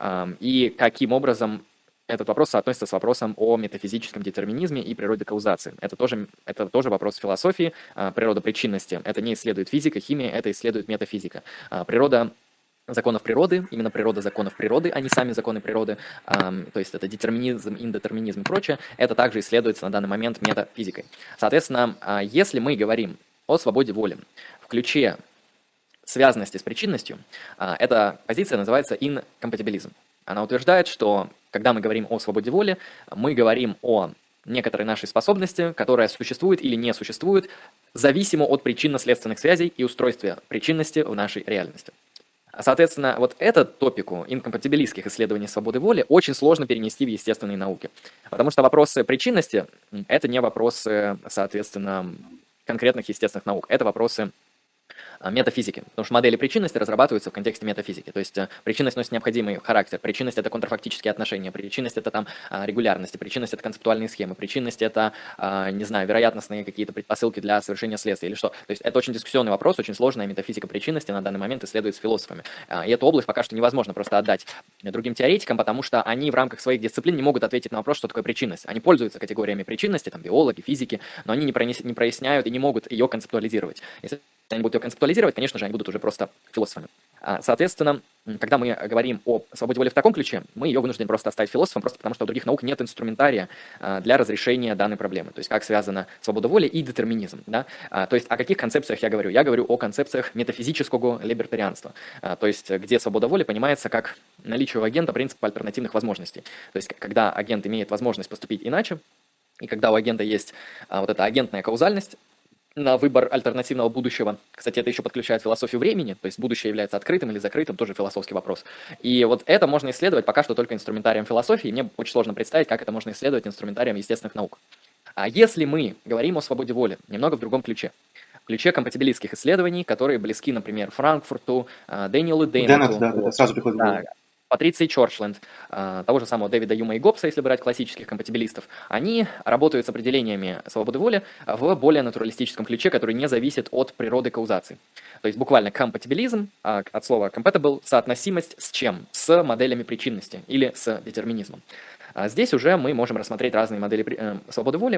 [SPEAKER 2] и каким образом этот вопрос соотносится с вопросом о метафизическом детерминизме и природе каузации. Это тоже вопрос философии, природа причинности. Это не исследует физика, химия, это исследует метафизика. Природа законов природы, именно природа законов природы, а не сами законы природы, то есть это детерминизм, индетерминизм и прочее, это также исследуется на данный момент метафизикой. Соответственно, если мы говорим о свободе воли в ключе связанности с причинностью, эта позиция называется инкомпатибилизм. Она утверждает, что когда мы говорим о свободе воли, мы говорим о некоторой нашей способности, которая существует или не существует, зависимо от причинно-следственных связей и устройства причинности в нашей реальности. Соответственно, вот этот топику инкомпатибилистских исследований свободы воли очень сложно перенести в естественные науки. Потому что вопросы причинности – это не вопросы, соответственно, конкретных естественных наук, это вопросы метафизики, потому что модели причинности разрабатываются в контексте метафизики, то есть причинность носит необходимый характер, причинность – это контрфактические отношения, причинность – это там регулярности, причинность – это концептуальные схемы, причинность – это, не знаю, вероятностные какие-то предпосылки для совершения следствия или что. То есть это очень дискуссионный вопрос, очень сложная метафизика причинности на данный момент исследуется философами. И эту область пока что невозможно просто отдать другим теоретикам, потому что они в рамках своих дисциплин не могут ответить на вопрос, что такое причинность. Они пользуются категориями причинности, там биологи, физики, но они не проясняют и не могут ее концептуализировать. Если они будут ее концептуализировать, конечно же, они будут уже просто философами. Соответственно, когда мы говорим о свободе воли в таком ключе, мы ее вынуждены просто оставить философом, просто потому что у других наук нет инструментария для разрешения данной проблемы. То есть как связана свобода воли и детерминизм. Да? То есть о каких концепциях я говорю? Я говорю о концепциях метафизического либертарианства. То есть где свобода воли понимается как наличие у агента принципа альтернативных возможностей. То есть когда агент имеет возможность поступить иначе, и когда у агента есть вот эта агентная каузальность, на выбор альтернативного будущего. Кстати, это еще подключает философию времени, то есть будущее является открытым или закрытым, тоже философский вопрос. И вот это можно исследовать пока что только инструментарием философии, и мне очень сложно представить, как это можно исследовать инструментарием естественных наук. А если мы говорим о свободе воли, немного в другом ключе, в ключе компатибилистских исследований, которые близки, например, Франкфурту, Дэниелу Деннету,
[SPEAKER 1] Да, сразу приходит в голову.
[SPEAKER 2] Патриций Чорчленд, того же самого Дэвида Юма и Гоббса, если брать классических компатибилистов, они работают с определениями свободы воли в более натуралистическом ключе, который не зависит от природы каузации. То есть буквально компатибилизм, от слова compatible, соотносимость с чем? С моделями причинности или с детерминизмом. Здесь уже мы можем рассмотреть разные модели свободы воли.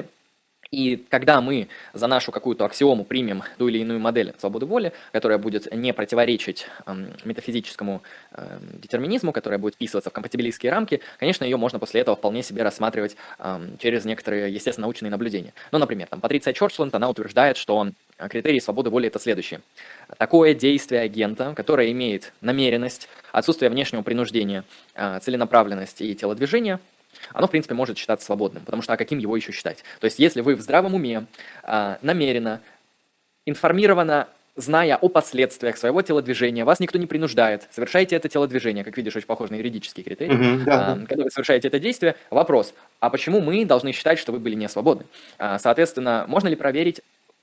[SPEAKER 2] И когда мы за нашу какую-то аксиому примем ту или иную модель свободы воли, которая будет не противоречить метафизическому детерминизму, которая будет вписываться в компатибилистские рамки, конечно, ее можно после этого вполне себе рассматривать через некоторые естественно-научные наблюдения. Ну, например, Патриция Чорчленд, она утверждает, что критерий свободы воли – это следующее. Такое действие агента, которое имеет намеренность, отсутствие внешнего принуждения, целенаправленность и телодвижение, оно, в принципе, может считаться свободным, потому что каким его еще считать? То есть, если вы в здравом уме, намеренно, информированно, зная о последствиях своего телодвижения, вас никто не принуждает, совершаете это телодвижение, как видишь, очень похоже на юридический критерий, когда вы совершаете это действие, вопрос, а почему мы должны считать, что вы были не свободны? Соответственно, можно ли проверить,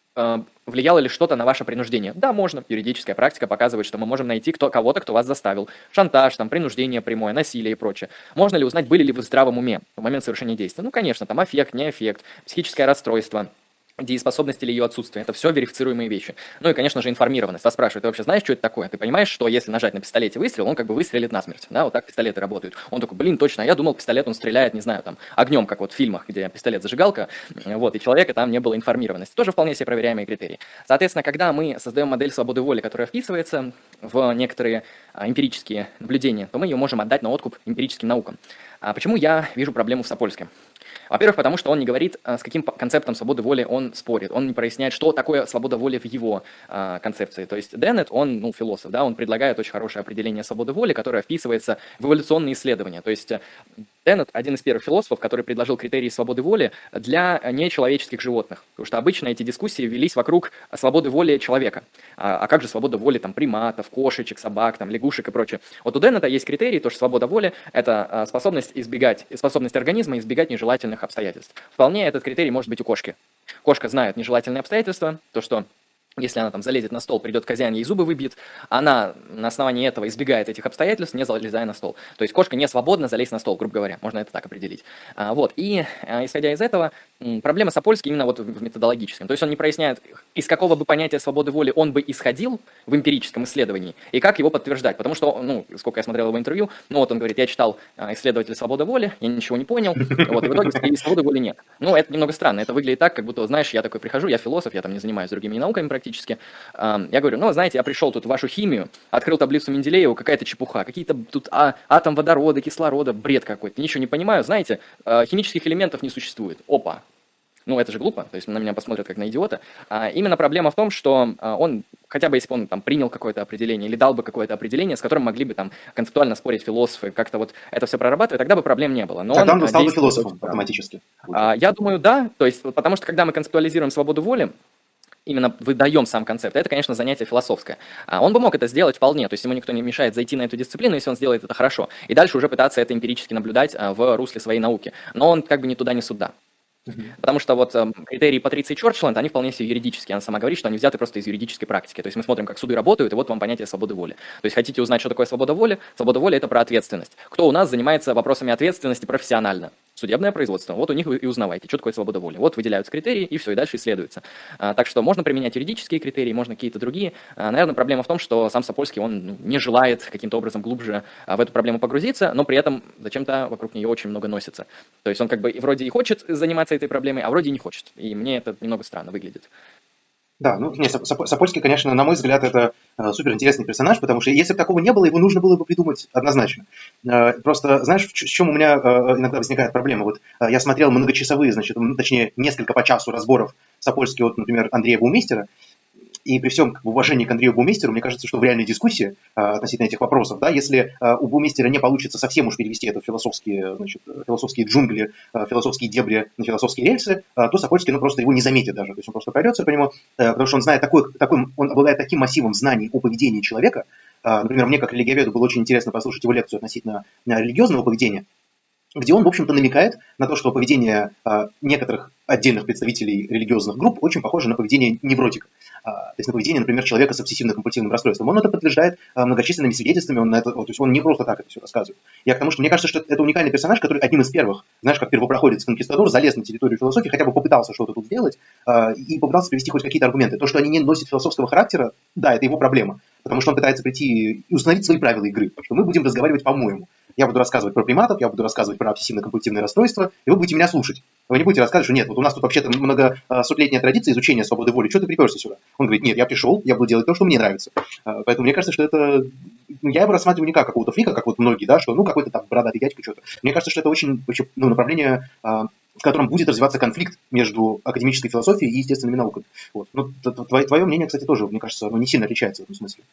[SPEAKER 2] влияло ли что-то на ваше принуждение? Да, можно. Юридическая практика показывает, что мы можем найти кого-то, кто вас заставил. Шантаж, принуждение прямое, насилие и прочее. Можно ли узнать, были ли вы в здравом уме в момент совершения действия? Ну, конечно, аффект, неаффект, психическое расстройство, дееспособность или ее отсутствие. Это все верифицируемые вещи. Ну и, конечно же, информированность. Вас спрашивают, ты вообще знаешь, что это такое? Ты понимаешь, что если нажать на пистолете выстрел, он как бы выстрелит насмерть. Да, вот так пистолеты работают. Он такой, блин, точно, я думал, пистолет, он стреляет, не знаю, огнем, как вот в фильмах, где пистолет-зажигалка, и человека там не было информированности. Тоже вполне себе проверяемые критерии. Соответственно, когда мы создаем модель свободы воли, которая вписывается в некоторые эмпирические наблюдения, то мы ее можем отдать на откуп эмпирическим наукам. А почему я вижу проблему в Сапольске? Во-первых, потому что он не говорит, с каким концептом свободы воли он спорит. Он не проясняет, что такое свобода воли в его концепции. То есть Деннет, он философ, да, он предлагает очень хорошее определение свободы воли, которое вписывается в эволюционные исследования. То есть Деннет один из первых философов, который предложил критерии свободы воли для нечеловеческих животных. Потому что обычно эти дискуссии велись вокруг свободы воли человека. А как же свобода воли приматов, кошечек, собак, лягушек и прочее. Вот у Деннета есть критерий, то, что свобода воли – это способность организма избегать нежелательных обстоятельств. Вполне этот критерий может быть у кошки. Кошка знает нежелательные обстоятельства, то, что если она залезет на стол, придет хозяин, ей зубы выбьет, она на основании этого избегает этих обстоятельств, не залезая на стол. То есть кошка не свободна залезть на стол, грубо говоря, можно это так определить. И исходя из этого, проблема Сапольски именно в методологическом. То есть он не проясняет, из какого бы понятия свободы воли он бы исходил в эмпирическом исследовании, и как его подтверждать. Потому что, сколько я смотрел его интервью, он говорит, я читал исследователя свободы воли, я ничего не понял, и в итоге свободы воли нет. Это немного странно, это выглядит так, как будто, знаешь, я такой прихожу, я философ, я не занимаюсь другими науками практически. Я говорю, знаете, я пришел тут в вашу химию, открыл таблицу Менделеева, какая-то чепуха, какие-то тут атом водорода, кислорода, бред какой-то, ничего не понимаю, знаете, химических элементов не существует. Опа. Это же глупо, то есть на меня посмотрят как на идиота. Именно проблема в том, что он, хотя бы если бы он принял какое-то определение или дал бы какое-то определение, с которым могли бы концептуально спорить философы, как-то это все прорабатывать, тогда бы проблем не было. Но
[SPEAKER 1] тогда он стал бы философом автоматически.
[SPEAKER 2] Я думаю, да, то есть потому что когда мы концептуализируем свободу воли, именно выдаем сам концепт, это, конечно, занятие философское. Он бы мог это сделать вполне, то есть ему никто не мешает зайти на эту дисциплину, если он сделает это хорошо, и дальше уже пытаться это эмпирически наблюдать в русле своей науки. Но он ни туда, ни сюда. Потому что критерии Патриции Чорчленд, они вполне себе юридические. Она сама говорит, что они взяты просто из юридической практики. То есть мы смотрим, как суды работают, и вот вам понятие свободы воли. То есть хотите узнать, что такое свобода воли? Свобода воли – это про ответственность. Кто у нас занимается вопросами ответственности профессионально? Судебное производство. Вот у них вы и узнавайте, что такое свобода воли. Вот выделяются критерии, и все, и дальше исследуется. Так что можно применять юридические критерии, можно какие-то другие. Наверное, проблема в том, что сам Сапольский, он не желает каким-то образом глубже в эту проблему погрузиться, но при этом зачем-то вокруг нее очень много носится. То есть он вроде и хочет заниматься этой проблемой, а вроде и не хочет. И мне это немного странно выглядит.
[SPEAKER 1] Да, Сапольский, конечно, на мой взгляд, это суперинтересный персонаж, потому что если бы такого не было, его нужно было бы придумать однозначно. Просто, знаешь, в чем у меня иногда возникает проблема? Я смотрел многочасовые, точнее, несколько по часу разборов Сапольски, например, Андрея Баумейстера, и при всем уважении к Андрею Баумейстеру, мне кажется, что в реальной дискуссии относительно этих вопросов, да, если у Баумейстера не получится совсем уж перевести это в философские джунгли, философские дебри на философские рельсы, то Сапольский просто его не заметит даже. То есть он просто пройдется по нему, потому что он знает он обладает таким массивом знаний о поведении человека. Например, мне как религиоведу было очень интересно послушать его лекцию относительно религиозного поведения. где он, в общем-то, намекает на то, что поведение некоторых отдельных представителей религиозных групп очень похоже на поведение невротика. То есть на поведение, например, человека с обсессивно-компульсивным расстройством. Он это подтверждает многочисленными свидетельствами, то есть он не просто так это все рассказывает. Я к тому, что мне кажется, что это уникальный персонаж, который одним из первых, знаешь, как первопроходец конкистадор, залез на территорию философии, хотя бы попытался что-то тут сделать и попытался привести хоть какие-то аргументы. То, что они не носят философского характера, да, это его проблема, потому что он пытается прийти и установить свои правила игры, что мы будем разговаривать по-моему. Я буду рассказывать про приматов, я буду рассказывать про обсессивно-компульсивное расстройство, и вы будете меня слушать. Вы не будете рассказывать, что нет, вот у нас тут вообще-то многосотлетняя традиция изучения свободы воли, что ты приперся сюда? Он говорит, нет, я пришел, я буду делать то, что мне нравится. Поэтому мне кажется, что это... Я его рассматриваю не как какого-то фрика, как вот многие, да, что какой-то там бородатый дядька что-то. Мне кажется, что это очень направление, в котором будет развиваться конфликт между академической философией и естественными науками. Вот. Твое мнение, кстати, тоже, мне кажется, оно не сильно отличается в этом смысле.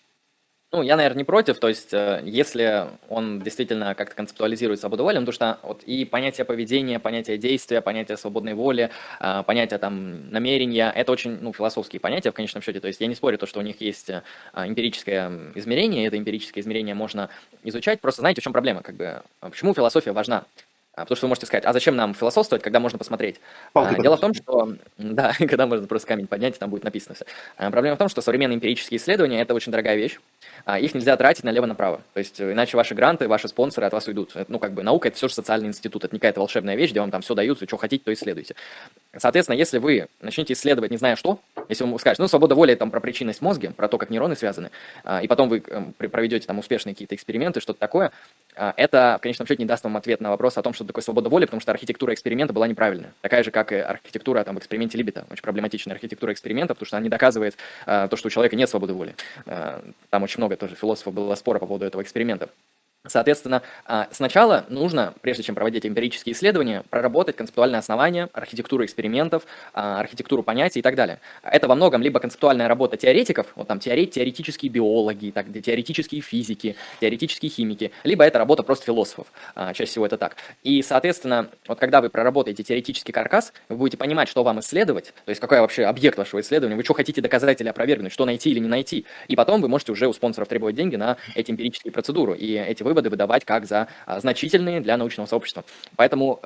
[SPEAKER 2] Ну, я, наверное, не против, то есть, если он действительно как-то концептуализирует свободу воли, потому что вот и понятие поведения, понятие действия, понятие свободной воли, понятие там намерения, это очень, философские понятия в конечном счете, то есть я не спорю то, что у них есть эмпирическое измерение, и это эмпирическое измерение можно изучать, просто знаете, в чем проблема, почему философия важна? Потому что вы можете сказать, а зачем нам философствовать, когда можно посмотреть? Дело в том, что, да, когда можно просто камень поднять, и там будет написано все. Проблема в том, что современные эмпирические исследования – это очень дорогая вещь, их нельзя тратить налево-направо. То есть, иначе ваши гранты, ваши спонсоры от вас уйдут. Наука – это все же социальный институт, это не какая-то волшебная вещь, где вам там все дают, вы что хотите, то исследуйте. Соответственно, если вы начнете исследовать, не зная что, если вы скажете, свобода воли – это там про причинность мозга, про то, как нейроны связаны, и потом вы проведете там успешные какие-то эксперименты, что-то такое, это, в конечном счете, не даст вам ответ на вопрос о том, что такое свобода воли, потому что архитектура эксперимента была неправильная. Такая же, как и архитектура в эксперименте Либбета. Очень проблематичная архитектура эксперимента, потому что она не доказывает то, что у человека нет свободы воли. Там очень много тоже философов было спора по поводу этого эксперимента. Соответственно, сначала нужно, прежде чем проводить эмпирические исследования, проработать концептуальное основание, архитектуру экспериментов, архитектуру понятий и так далее. Это во многом либо концептуальная работа теоретиков, вот там теоретические биологи, теоретические физики, теоретические химики, либо это работа просто философов. Чаще всего это так. И, соответственно, вот когда вы проработаете теоретический каркас, вы будете понимать, что вам исследовать, то есть какой вообще объект вашего исследования, вы что хотите доказать или опровергнуть, что найти или не найти. И потом вы можете уже у спонсоров требовать деньги на эти эмпирические процедуры. И эти выводы выдавать как за значительные для научного сообщества. Поэтому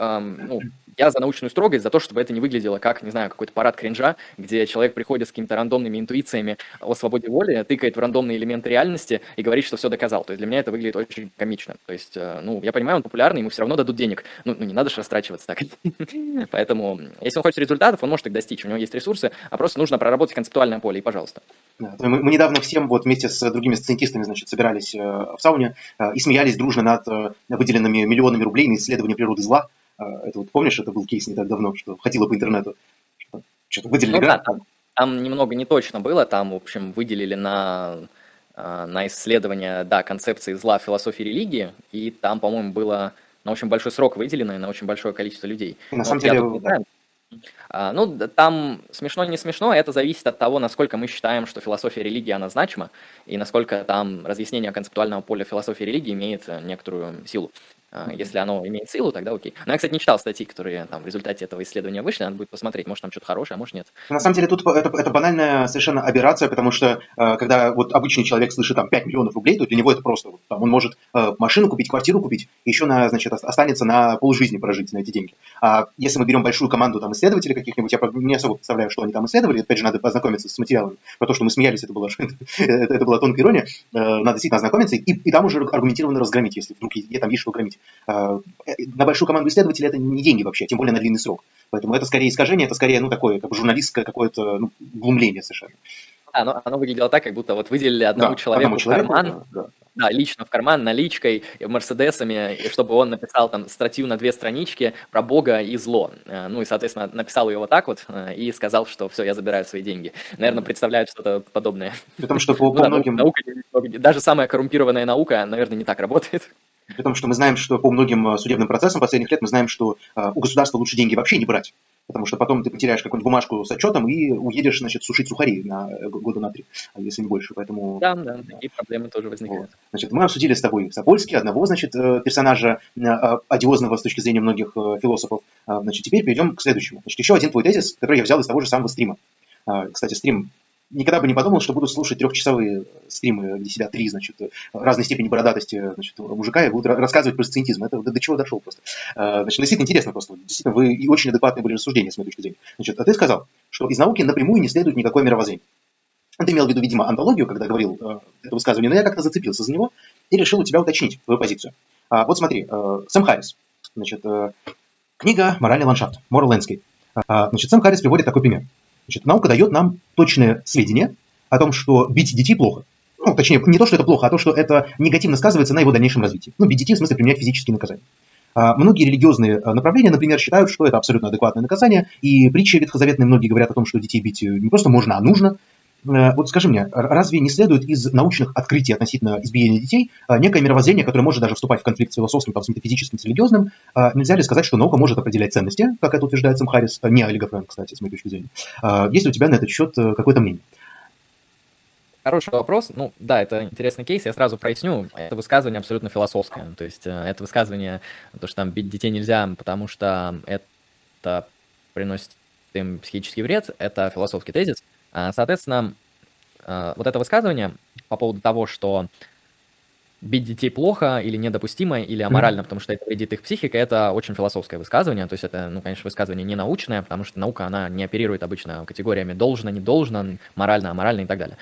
[SPEAKER 2] я за научную строгость, за то, чтобы это не выглядело как, не знаю, какой-то парад кринжа, где человек приходит с какими-то рандомными интуициями о свободе воли, тыкает в рандомные элементы реальности и говорит, что все доказал. То есть для меня это выглядит очень комично. То есть, я понимаю, он популярный, ему все равно дадут денег. Не надо же растрачиваться так. Поэтому, если он хочет результатов, он может их достичь. У него есть ресурсы, а просто нужно проработать концептуальное поле, и пожалуйста.
[SPEAKER 1] Мы недавно всем вместе с другими сциентистами, собирались в сауне и смеялись дружно над выделенными миллионами рублей на исследование природы зла. Это вот помнишь, это был кейс не так давно, что ходило по интернету. Что-то выделили грант.
[SPEAKER 2] Там немного не точно было, там, в общем, выделили на исследование, концепции зла в философии религии, и там, по-моему, было на очень большой срок выделено и на очень большое количество людей.
[SPEAKER 1] На самом деле...
[SPEAKER 2] Там смешно, не смешно, это зависит от того, насколько мы считаем, что философия религии, она значима, и насколько там разъяснение концептуального поля философии религии имеет некоторую силу. Если оно имеет силу, тогда окей. Но я, кстати, не читал статьи, которые там в результате этого исследования вышли, надо будет посмотреть, может там что-то хорошее, а может нет.
[SPEAKER 1] На самом деле тут это банальная совершенно аберрация, потому что когда вот обычный человек слышит там 5 миллионов рублей, то для него это просто, он может машину купить, квартиру купить, и еще останется на полжизни прожить на эти деньги. А если мы берем большую команду там исследователей каких-нибудь, я не особо представляю, что они там исследовали, опять же, надо познакомиться с материалами, про то, что мы смеялись, это была тонкая ирония, надо действительно ознакомиться, и там уже аргументированно разгромить, если вдруг там есть что громить. На большую команду исследователей это не деньги вообще, тем более на длинный срок. Поэтому это скорее искажение, это скорее такое журналистское какое-то глумление совершенно.
[SPEAKER 2] Оно выглядело так, как будто вот выделили одному человеку в карман, лично в карман, наличкой, мерседесами, чтобы он написал там статью на 2 странички про Бога и зло. И, соответственно, написал ее вот так вот и сказал, что все, я забираю свои деньги. Наверное, представляют что-то подобное.
[SPEAKER 1] Потому что по многим...
[SPEAKER 2] Даже самая коррумпированная наука, наверное, не так работает.
[SPEAKER 1] При том, что мы знаем, что по многим судебным процессам последних лет мы знаем, что у государства лучше деньги вообще не брать. Потому что потом ты потеряешь какую-нибудь бумажку с отчетом и уедешь, сушить сухари на года на 3, если не больше. Поэтому...
[SPEAKER 2] Да, такие проблемы тоже возникают.
[SPEAKER 1] Вот. Мы обсудили с тобой Сапольский, одного, персонажа одиозного с точки зрения многих философов. Теперь перейдем к следующему. Еще один твой тезис, который я взял из того же самого стрима. Кстати, стрим никогда бы не подумал, что буду слушать трехчасовые стримы, где сидят три, значит, разной степени бородатости, значит, мужика и будут рассказывать про сциентизм. Это до чего дошел просто. Значит, действительно интересно просто. Действительно, вы и очень адекватные были рассуждения, с моей точки зрения. Значит, а ты сказал, что из науки напрямую не следует никакое мировоззрение. Ты имел в виду, видимо, онтологию, когда говорил это высказывание, но я как-то зацепился за него и решил у тебя уточнить твою позицию. Вот смотри, Сэм Харрис, значит, книга «Моральный ландшафт», Moral Landscape. Значит, Сэм Харрис приводит такой пример. Значит, наука дает нам точные сведения о том, что бить детей плохо. Ну, точнее, не то, что это плохо, а то, что это негативно сказывается на его дальнейшем развитии. Ну, бить детей в смысле применять физические наказания. Многие религиозные направления, например, считают, что это абсолютно адекватное наказание, и притчи ветхозаветные многие говорят о том, что детей бить не просто можно, а нужно. Вот скажи мне, разве не следует из научных открытий относительно избиения детей некое мировоззрение, которое может даже вступать в конфликт с философским, там, с метафизическим, с религиозным? Нельзя ли сказать, что наука может определять ценности, как это утверждает Сэм Харрис, не Олега Фрэнк, кстати, с моей точки зрения? Есть ли у тебя на этот счет какое-то мнение?
[SPEAKER 2] Хороший вопрос. Ну, да, это интересный кейс. Я сразу проясню. Это высказывание абсолютно философское. То есть это высказывание, то, что там бить детей нельзя, потому что это приносит им психический вред, это философский тезис. Соответственно, вот это высказывание по поводу того, что бить детей плохо или недопустимо, или аморально, потому что это вредит их психике, это очень философское высказывание. То есть это, ну, конечно, высказывание не научное, потому что наука, она не оперирует обычно категориями должно, не должно, морально, аморально и так далее.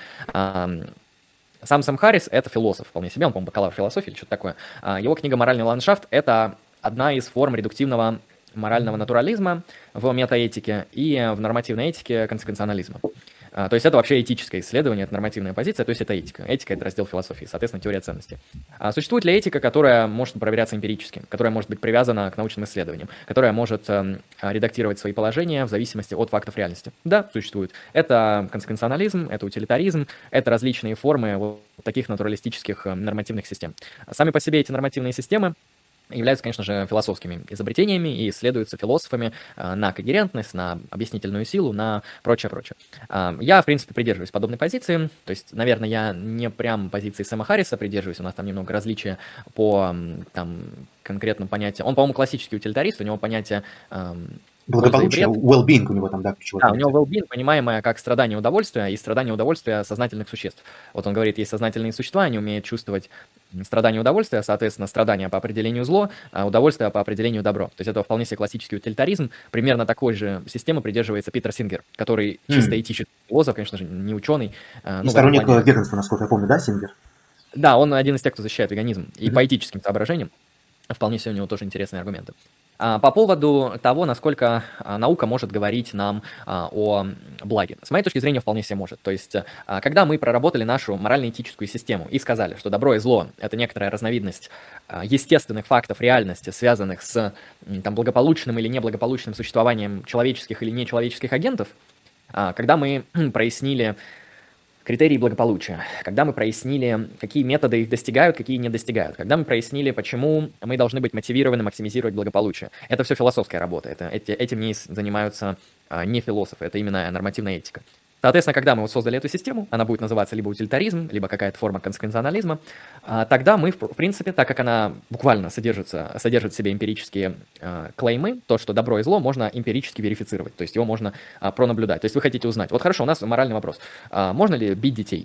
[SPEAKER 2] Сам Сэм Харрис – это философ вполне себе, он, по-моему, бакалавр философии или что-то такое. Его книга «Моральный ландшафт» – это одна из форм редуктивного морального натурализма в метаэтике и в нормативной этике консеквенционализма. То есть это вообще этическое исследование, это нормативная позиция, то есть это этика. Этика – это раздел философии, соответственно, теория ценностей. Существует ли этика, которая может проверяться эмпирически, которая может быть привязана к научным исследованиям, которая может редактировать свои положения в зависимости от фактов реальности? Да, существует. Это консеквенционализм, это утилитаризм, это различные формы вот таких натуралистических нормативных систем. Сами по себе эти нормативные системы являются, конечно же, философскими изобретениями и исследуются философами на когерентность, на объяснительную силу, на прочее-прочее. Я, в принципе, придерживаюсь подобной позиции, то есть, наверное, я не прям позиции Сэма Харриса придерживаюсь, у нас там немного различия по там, конкретным понятиям. Он, по-моему, классический утилитарист, у него понятие
[SPEAKER 1] благополучие, well-being у него там, да, ключевое.
[SPEAKER 2] Да, у него well-being, понимаемое как страдание удовольствия и страдание удовольствия сознательных существ. Вот он говорит, есть сознательные существа, они умеют чувствовать страдание удовольствия, соответственно, страдание по определению зло, а удовольствие по определению добро. То есть это вполне себе классический утилитаризм. Примерно такой же системы придерживается Питер Сингер, который чисто этический философ, конечно же, не ученый.
[SPEAKER 1] И сторонник веганства, насколько я помню, да, Сингер?
[SPEAKER 2] Да, он один из тех, кто защищает веганизм. И по этическим соображениям вполне себе у него тоже интересные аргументы. По поводу того, насколько наука может говорить нам о благе. С моей точки зрения, вполне себе может. То есть, когда мы проработали нашу морально-этическую систему и сказали, что добро и зло – это некоторая разновидность естественных фактов реальности, связанных с там, благополучным или неблагополучным существованием человеческих или нечеловеческих агентов, когда мы прояснили критерии благополучия, когда мы прояснили, какие методы их достигают, какие не достигают, когда мы прояснили, почему мы должны быть мотивированы максимизировать благополучие. Это все философская работа, этим не занимаются не философы, это именно нормативная этика. Соответственно, когда мы вот создали эту систему, она будет называться либо утилитаризм, либо какая-то форма консеквенционализма, тогда мы, в принципе, так как она буквально содержит в себе эмпирические клеймы, то, что добро и зло можно эмпирически верифицировать, то есть его можно пронаблюдать. То есть вы хотите узнать, вот хорошо, у нас моральный вопрос, можно ли бить детей?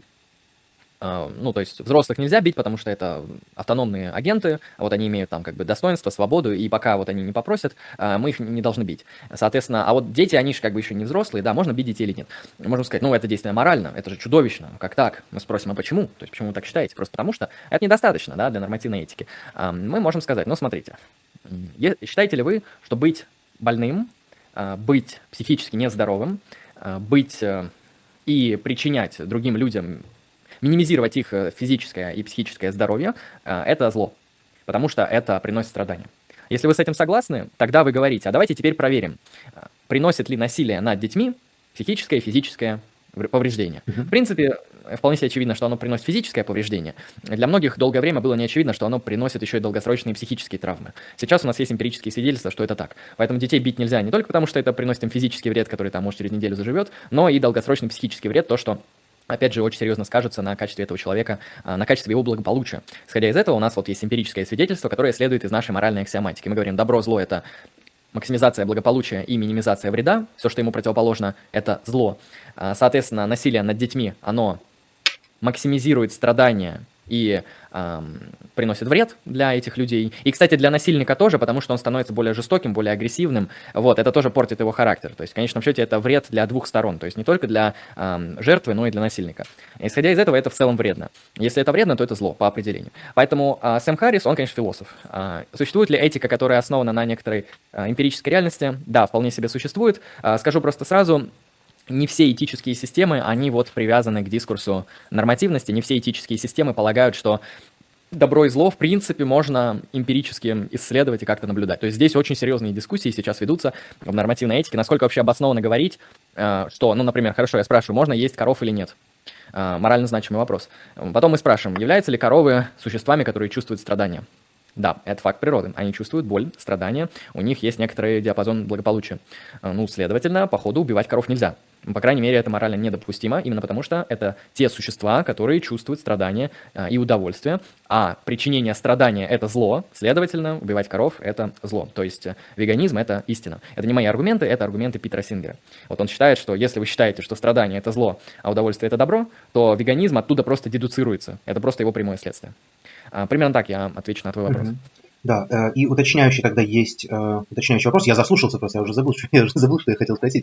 [SPEAKER 2] Ну, то есть взрослых нельзя бить, потому что это автономные агенты, вот они имеют там как бы достоинство, свободу, и пока вот они не попросят, мы их не должны бить. Соответственно, а вот дети, они же как бы еще не взрослые, да, можно бить детей или нет. Можем сказать, ну, это действие морально, это же чудовищно, как так? Мы спросим, а почему? То есть почему вы так считаете? Просто потому что это недостаточно, да, для нормативной этики. Мы можем сказать, ну, смотрите, считаете ли вы, что быть больным, быть психически нездоровым, быть и причинять другим людям, минимизировать их физическое и психическое здоровье – это зло, потому что это приносит страдания. Если вы с этим согласны, тогда вы говорите, а давайте теперь проверим, приносит ли насилие над детьми психическое и физическое повреждение. В принципе, вполне себе очевидно, что оно приносит физическое повреждение. Для многих долгое время было не очевидно, что оно приносит еще и долгосрочные психические травмы. Сейчас у нас есть эмпирические свидетельства, что это так. Поэтому детей бить нельзя не только потому, что это приносит им физический вред, который там, может, через неделю заживет, но и долгосрочный психический вред, то, что опять же, очень серьезно скажется на качестве этого человека, на качестве его благополучия. Исходя из этого, у нас вот есть эмпирическое свидетельство, которое следует из нашей моральной аксиоматики. Мы говорим, добро, зло – это максимизация благополучия и минимизация вреда, все, что ему противоположно, это зло. Соответственно, насилие над детьми, оно максимизирует страдания и приносит вред для этих людей. И, кстати, для насильника тоже, потому что он становится более жестоким, более агрессивным. Вот, это тоже портит его характер. То есть, в конечном счете, это вред для двух сторон. То есть, не только для жертвы, но и для насильника. Исходя из этого, это в целом вредно. Если это вредно, то это зло, по определению. Поэтому Сэм Харрис, он, конечно, философ. Существует ли этика, которая основана на некоторой эмпирической реальности? Да, вполне себе существует. Скажу просто сразу, не все этические системы, они вот привязаны к дискурсу нормативности, не все этические системы полагают, что добро и зло, в принципе, можно эмпирически исследовать и как-то наблюдать. То есть здесь очень серьезные дискуссии сейчас ведутся в нормативной этике, насколько вообще обоснованно говорить, что, ну, например, хорошо, я спрашиваю, можно есть коров или нет? Морально значимый вопрос. Потом мы спрашиваем, являются ли коровы существами, которые чувствуют страдания? Да, это факт природы. Они чувствуют боль, страдания, у них есть некоторый диапазон благополучия. Ну, следовательно, по ходу убивать коров нельзя. По крайней мере, это морально недопустимо, именно потому что это те существа, которые чувствуют страдания и удовольствие, а причинение страдания – это зло, следовательно, убивать коров – это зло. То есть веганизм – это истина. Это не мои аргументы, это аргументы Питера Сингера. Вот он считает, что если вы считаете, что страдание – это зло, а удовольствие – это добро, то веганизм оттуда просто дедуцируется. Это просто его прямое следствие. Примерно так я отвечу на твой вопрос.
[SPEAKER 1] Да, и уточняющий тогда есть уточняющий вопрос. Я заслушался просто, я уже забыл, что я хотел спросить.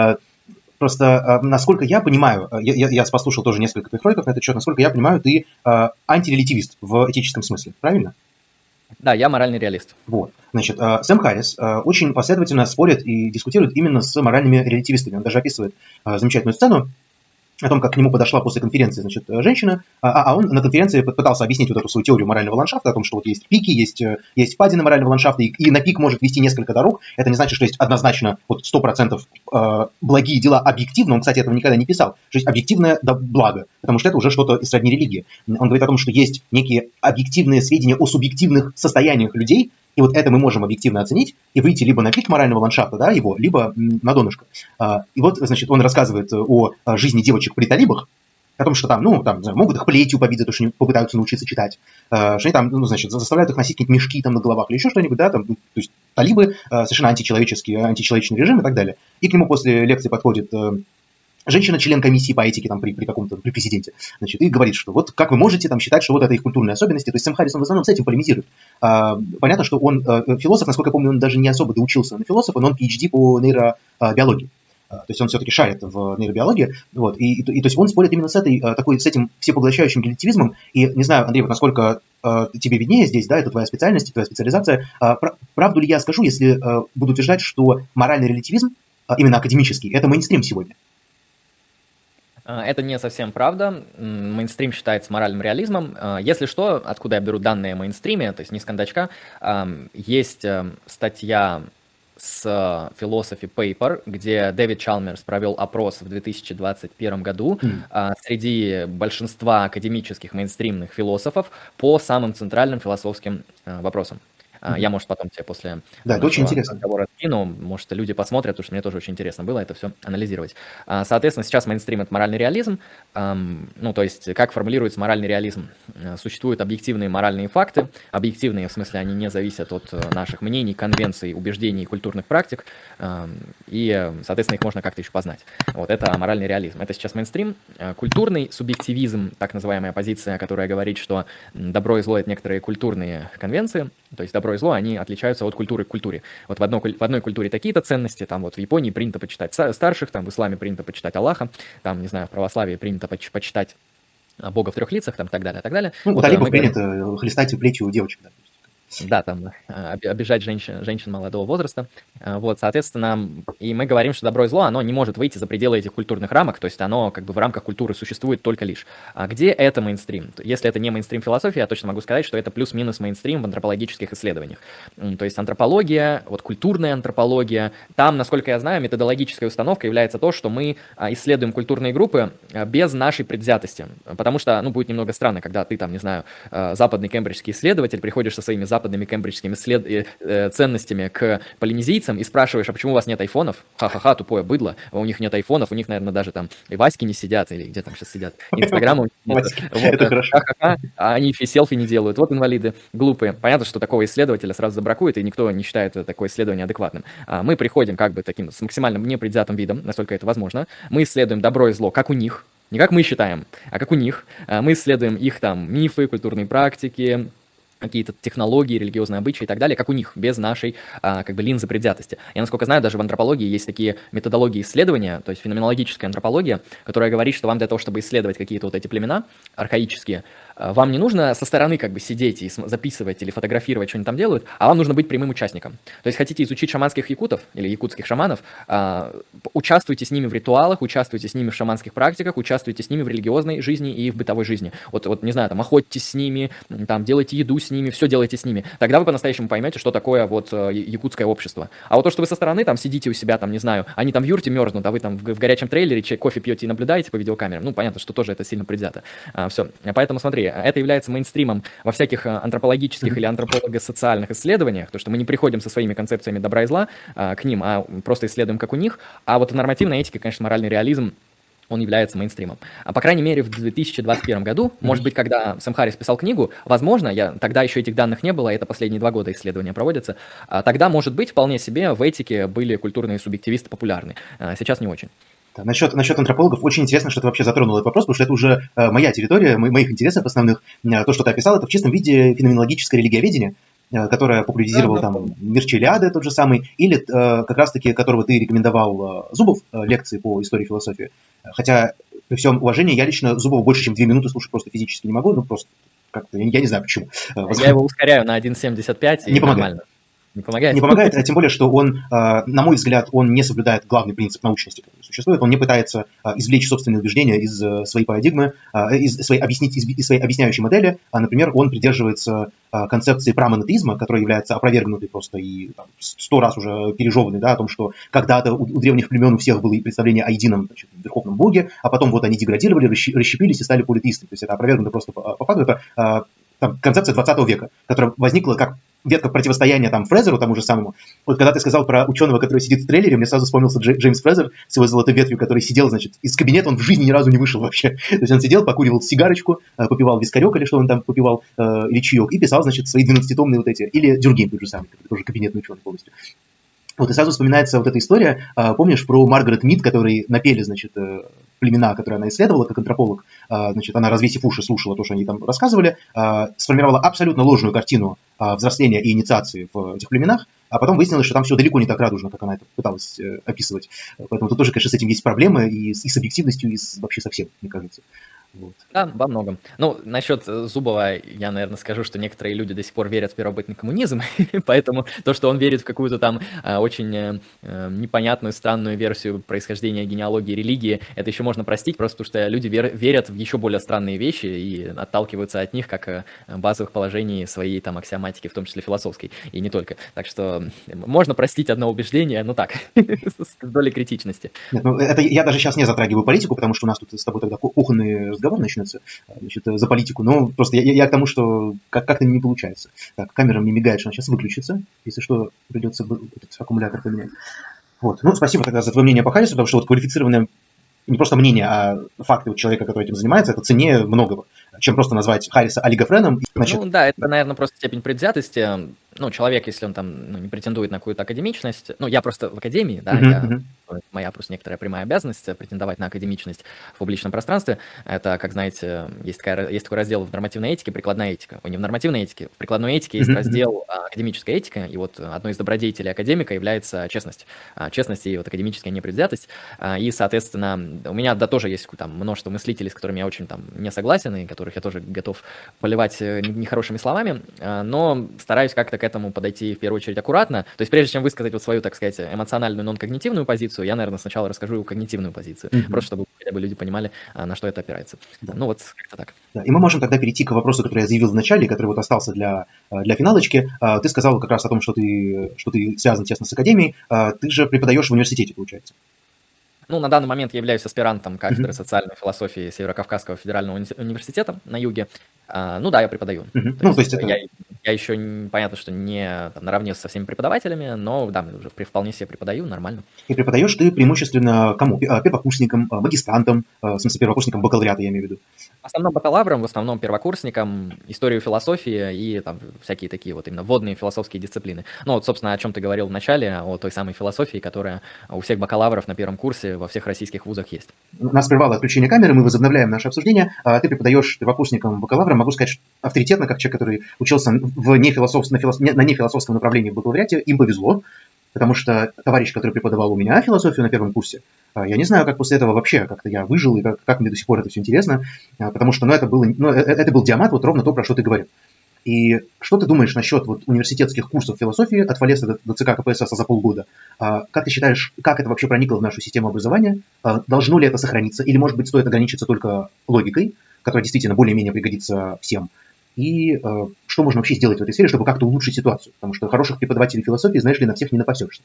[SPEAKER 1] Просто, насколько я понимаю, я послушал тоже несколько твоих роликов на этот счет, насколько я понимаю, ты антирелятивист в этическом смысле, правильно?
[SPEAKER 2] Да, я моральный реалист.
[SPEAKER 1] Вот. Значит, Сэм Харрис очень последовательно спорит и дискутирует именно с моральными релятивистами. Он даже описывает замечательную сцену о том, как к нему подошла после конференции, значит, женщина, а он на конференции пытался объяснить вот эту свою теорию морального ландшафта, о том, что вот есть пики, есть впадины морального ландшафта, и на пик может вести несколько дорог. Это не значит, что есть однозначно вот 100% благие дела объективно, он, кстати, этого никогда не писал, что есть объективное благо, потому что это уже что-то из сродни религии. Он говорит о том, что есть некие объективные сведения о субъективных состояниях людей, и вот это мы можем объективно оценить и выйти либо на пик морального ландшафта, да, его, либо на донышко. И вот, значит, он рассказывает о жизни девочек при талибах, о том, что там, могут их плетью побить за то, что они попытаются научиться читать, что они там, значит, заставляют их носить какие-то мешки там на головах или еще что-нибудь, да, там, то есть талибы совершенно античеловечный режим и так далее. И к нему после лекции подходит женщина, член комиссии по этике там, при президенте, значит, и говорит, что вот как вы можете там считать, что вот это их культурные особенности. То есть Сэм Харрис, он в основном с этим полемизирует. Понятно, что он философ, насколько я помню, он даже не особо доучился на философа, но он PhD по нейробиологии. То есть он все-таки шарит в нейробиологии. Вот, и то есть он спорит именно с этим всепоглощающим релятивизмом. И не знаю, Андрей, вот насколько тебе виднее здесь, да, это твоя специальность, твоя специализация. Правду ли я скажу, если буду утверждать, что моральный релятивизм, именно академический, это мейнстрим сегодня?
[SPEAKER 2] Это не совсем правда. Мейнстрим считается моральным реализмом. Если что, откуда я беру данные о мейнстриме, то есть не с кондачка, есть статья с Philosophy Paper, где Дэвид Чалмерс провел опрос в 2021 году среди большинства академических мейнстримных философов по самым центральным философским вопросам. Я, может, потом тебе после разговора скину, может, люди посмотрят, потому что мне тоже очень интересно было это все анализировать. Соответственно, сейчас мейнстрим – это моральный реализм. Ну, то есть, как формулируется моральный реализм? Существуют объективные моральные факты. Объективные, в смысле, они не зависят от наших мнений, конвенций, убеждений и культурных практик. И, соответственно, их можно как-то еще познать. Вот это моральный реализм. Это сейчас мейнстрим. Культурный субъективизм, так называемая позиция, которая говорит, что добро и зло – это некоторые культурные конвенции. То есть добро и зло, они отличаются от культуры к культуре. Вот в одной культуре такие-то ценности, там вот в Японии принято почитать старших, там в исламе принято почитать Аллаха, там, не знаю, в православии принято почитать Бога в трех лицах, там, и так далее, и так далее.
[SPEAKER 1] Ну, у талибов принято хлестать плетью девочек, да.
[SPEAKER 2] Да, там обижать женщин молодого возраста. Вот, соответственно, и мы говорим, что добро и зло, оно не может выйти за пределы этих культурных рамок, то есть оно как бы в рамках культуры существует только лишь. А где это мейнстрим? Если это не мейнстрим философии, я точно могу сказать, что это плюс-минус мейнстрим в антропологических исследованиях. То есть антропология, вот культурная антропология, там, насколько я знаю, методологическая установка является то, что мы исследуем культурные группы без нашей предвзятости. Потому что, будет немного странно, когда ты там, не знаю, западный кембриджский исследователь, приходишь со своими западными западными кембриджскими ценностями к полинезийцам и спрашиваешь, а почему у вас нет айфонов? Ха-ха-ха, тупое быдло, у них нет айфонов, у них, наверное, даже там и Васьки не сидят, или где там сейчас сидят, Инстаграма у них нет.
[SPEAKER 1] Это хорошо.
[SPEAKER 2] Ха-ха-ха, а они селфи не делают, вот инвалиды глупые. Понятно, что такого исследователя сразу забракует, и никто не считает такое исследование адекватным. Мы приходим как бы таким с максимально непредвзятым видом, насколько это возможно. Мы исследуем добро и зло, как у них, не как мы считаем, а как у них. Мы исследуем их там мифы, культурные практики, какие-то технологии, религиозные обычаи и так далее, как у них, без нашей как бы линзы предвзятости. Я, насколько знаю, даже в антропологии есть такие методологии исследования, то есть феноменологическая антропология, которая говорит, что вам для того, чтобы исследовать какие-то вот эти племена архаические, вам не нужно со стороны как бы сидеть и записывать или фотографировать, что они там делают, а вам нужно быть прямым участником. То есть хотите изучить шаманских якутов или якутских шаманов, участвуйте с ними в ритуалах, участвуйте с ними в шаманских практиках, участвуйте с ними в религиозной жизни и в бытовой жизни. Вот не знаю, там, охотитесь с ними, там, делайте еду с ними, все делайте с ними. Тогда вы по-настоящему поймете, что такое вот якутское общество. А вот то, что вы со стороны там сидите у себя, там, не знаю, они там в юрте мерзнут, а вы там в горячем трейлере кофе пьете и наблюдаете по видеокамерам, ну, понятно, что тоже это сильно предвзято. Все. Поэтому смотри, это является мейнстримом во всяких антропологических или антрополого-социальных исследованиях, то, что мы не приходим со своими концепциями добра и зла к ним, а просто исследуем, как у них. А вот нормативная этика, конечно, моральный реализм, он является мейнстримом. По крайней мере, в 2021 году, может быть, когда Сэм Харрис писал книгу, возможно, тогда еще этих данных не было, это последние 2 года исследования проводятся, тогда, может быть, вполне себе в этике были культурные субъективисты популярны. Сейчас не очень.
[SPEAKER 1] Да, насчет антропологов очень интересно, что ты вообще затронул этот вопрос, потому что это уже моя территория, моих интересов основных. То, что ты описал, это в чистом виде феноменологическое религиоведение, которое популяризировал там Мирча Илиады тот же самый, или как раз-таки, которого ты рекомендовал Зубов, лекции по истории философии. Хотя, при всем уважении, я лично Зубова больше, чем 2 минуты слушать просто физически не могу, ну просто как-то, я не знаю почему.
[SPEAKER 2] Я его ускоряю на 1.75 и
[SPEAKER 1] не
[SPEAKER 2] нормально. Не помогает?
[SPEAKER 1] Не помогает, тем более, что он, на мой взгляд, он не соблюдает главный принцип научности, который существует. Он не пытается извлечь собственные убеждения из своей парадигмы, из своей объясняющей модели. Например, он придерживается концепции прамонотеизма, которая является опровергнутой просто и 100 раз уже пережеванной, да, о том, что когда-то у древних племен у всех было представление о едином, значит, верховном боге, а потом вот они деградировали, расщепились и стали политеистами. То есть это опровергнуто просто по факту. Это концепция 20 века, которая возникла как ветка противостояния там Фрезеру, тому же самому. Вот когда ты сказал про ученого, который сидит в трейлере, мне сразу вспомнился Джеймс Фрезер с его золотой ветвью, который сидел, значит, из кабинета, он в жизни ни разу не вышел вообще. То есть он сидел, покуривал сигарочку, попивал вискарек или что он там попивал, или чаек, и писал, значит, свои 12-томные вот эти. Или Дюргейм тот же самый, который тоже кабинетный ученый полностью. Вот и сразу вспоминается вот эта история, помнишь, про Маргарет Мид, который напели, значит, племена, которые она исследовала как антрополог, значит, она, развесив уши, слушала то, что они там рассказывали, сформировала абсолютно ложную картину взросления и инициации в этих племенах, а потом выяснилось, что там все далеко не так радужно, как она это пыталась описывать. Поэтому тут тоже, конечно, с этим есть проблемы и с объективностью, и вообще со всем, мне кажется. Вот.
[SPEAKER 2] Да, во многом. Ну, насчет Зубова я, наверное, скажу, что некоторые люди до сих пор верят в первобытный коммунизм, поэтому то, что он верит в какую-то там очень непонятную, странную версию происхождения генеалогии религии, это еще можно простить, просто потому что люди верят в еще более странные вещи и отталкиваются от них как базовых положений своей там аксиоматики, в том числе философской, и не только. Так что можно простить одно убеждение, но так, с долей критичности.
[SPEAKER 1] Нет, ну, это я даже сейчас не затрагиваю политику, потому что у нас тут с тобой тогда кухонный разговор начнется, значит, за политику. Но просто я к тому, что как-то не получается. Так, камера мне мигает, что она сейчас выключится. Если что, придется этот аккумулятор поменять. Вот. Ну, спасибо тогда за твое мнение по Харрису, потому что вот квалифицированное не просто мнение, а факты у человека, который этим занимается, это ценнее многого, чем просто назвать Харриса олигофреном.
[SPEAKER 2] Значит, ну да, это, наверное, просто степень предвзятости. Ну, человек, если он там не претендует на какую-то академичность, ну, я просто в академии, да, моя просто некоторая прямая обязанность претендовать на академичность в публичном пространстве. Это, как знаете, есть такой раздел в нормативной этике, прикладная этика. Не в нормативной этике, в прикладной этике есть раздел академическая этика, и вот одной из добродетелей академика является честность. Честность и вот академическая непредвзятость. И, соответственно, у меня, да, тоже есть там множество мыслителей, с которыми я очень там не согласен, и которых я тоже готов поливать нехорошими словами, но стараюсь как-то к этому подойти в первую очередь аккуратно. То есть прежде чем высказать вот свою, так сказать, эмоциональную, нон-когнитивную позицию, я, наверное, сначала расскажу когнитивную позицию, просто чтобы хотя бы люди понимали, на что это опирается. Да. Ну вот как-то так.
[SPEAKER 1] Да, и мы можем тогда перейти к вопросу, который я заявил в начале, который вот остался для финалочки. Ты сказал как раз о том, что ты связан тесно с академией. Ты же преподаешь в университете, получается.
[SPEAKER 2] Ну, на данный момент я являюсь аспирантом кафедры социальной философии Северокавказского федерального университета на юге. Ну да, я преподаю. То
[SPEAKER 1] Ну, то
[SPEAKER 2] есть
[SPEAKER 1] есть это...
[SPEAKER 2] я еще, понятно, что не там, наравне со всеми преподавателями, но да, уже вполне себе преподаю, нормально.
[SPEAKER 1] И преподаешь ты преимущественно кому? Первокурсникам, магистрантам, в смысле первокурсникам бакалавриата, я имею в виду.
[SPEAKER 2] В основном бакалаврам, в основном первокурсникам, историю философии и там всякие такие вот именно вводные философские дисциплины. Ну вот, собственно, о чем ты говорил в начале, о той самой философии, которая у всех бакалавров на первом курсе во всех российских вузах есть.
[SPEAKER 1] Нас прервало отключение камеры, мы возобновляем наше обсуждение. Ты преподаешь первокурсникам, бакалаврам, могу сказать, что авторитетно, как человек, который учился на нефилософском направлении в бакалавриате, им повезло, потому что товарищ, который преподавал у меня философию на первом курсе, я не знаю, как после этого вообще как-то я выжил, и как мне до сих пор это все интересно, потому что это был диамат, вот ровно то, про что ты говорил. И что ты думаешь насчет вот университетских курсов философии от Фалеса до ЦК КПСС за полгода? Как ты считаешь, как это вообще проникло в нашу систему образования? Должно ли это сохраниться? Или, может быть, стоит ограничиться только логикой, которая действительно более-менее пригодится всем? И что можно вообще сделать в этой сфере, чтобы как-то улучшить ситуацию? Потому что хороших преподавателей философии, знаешь ли, на всех не напасешься.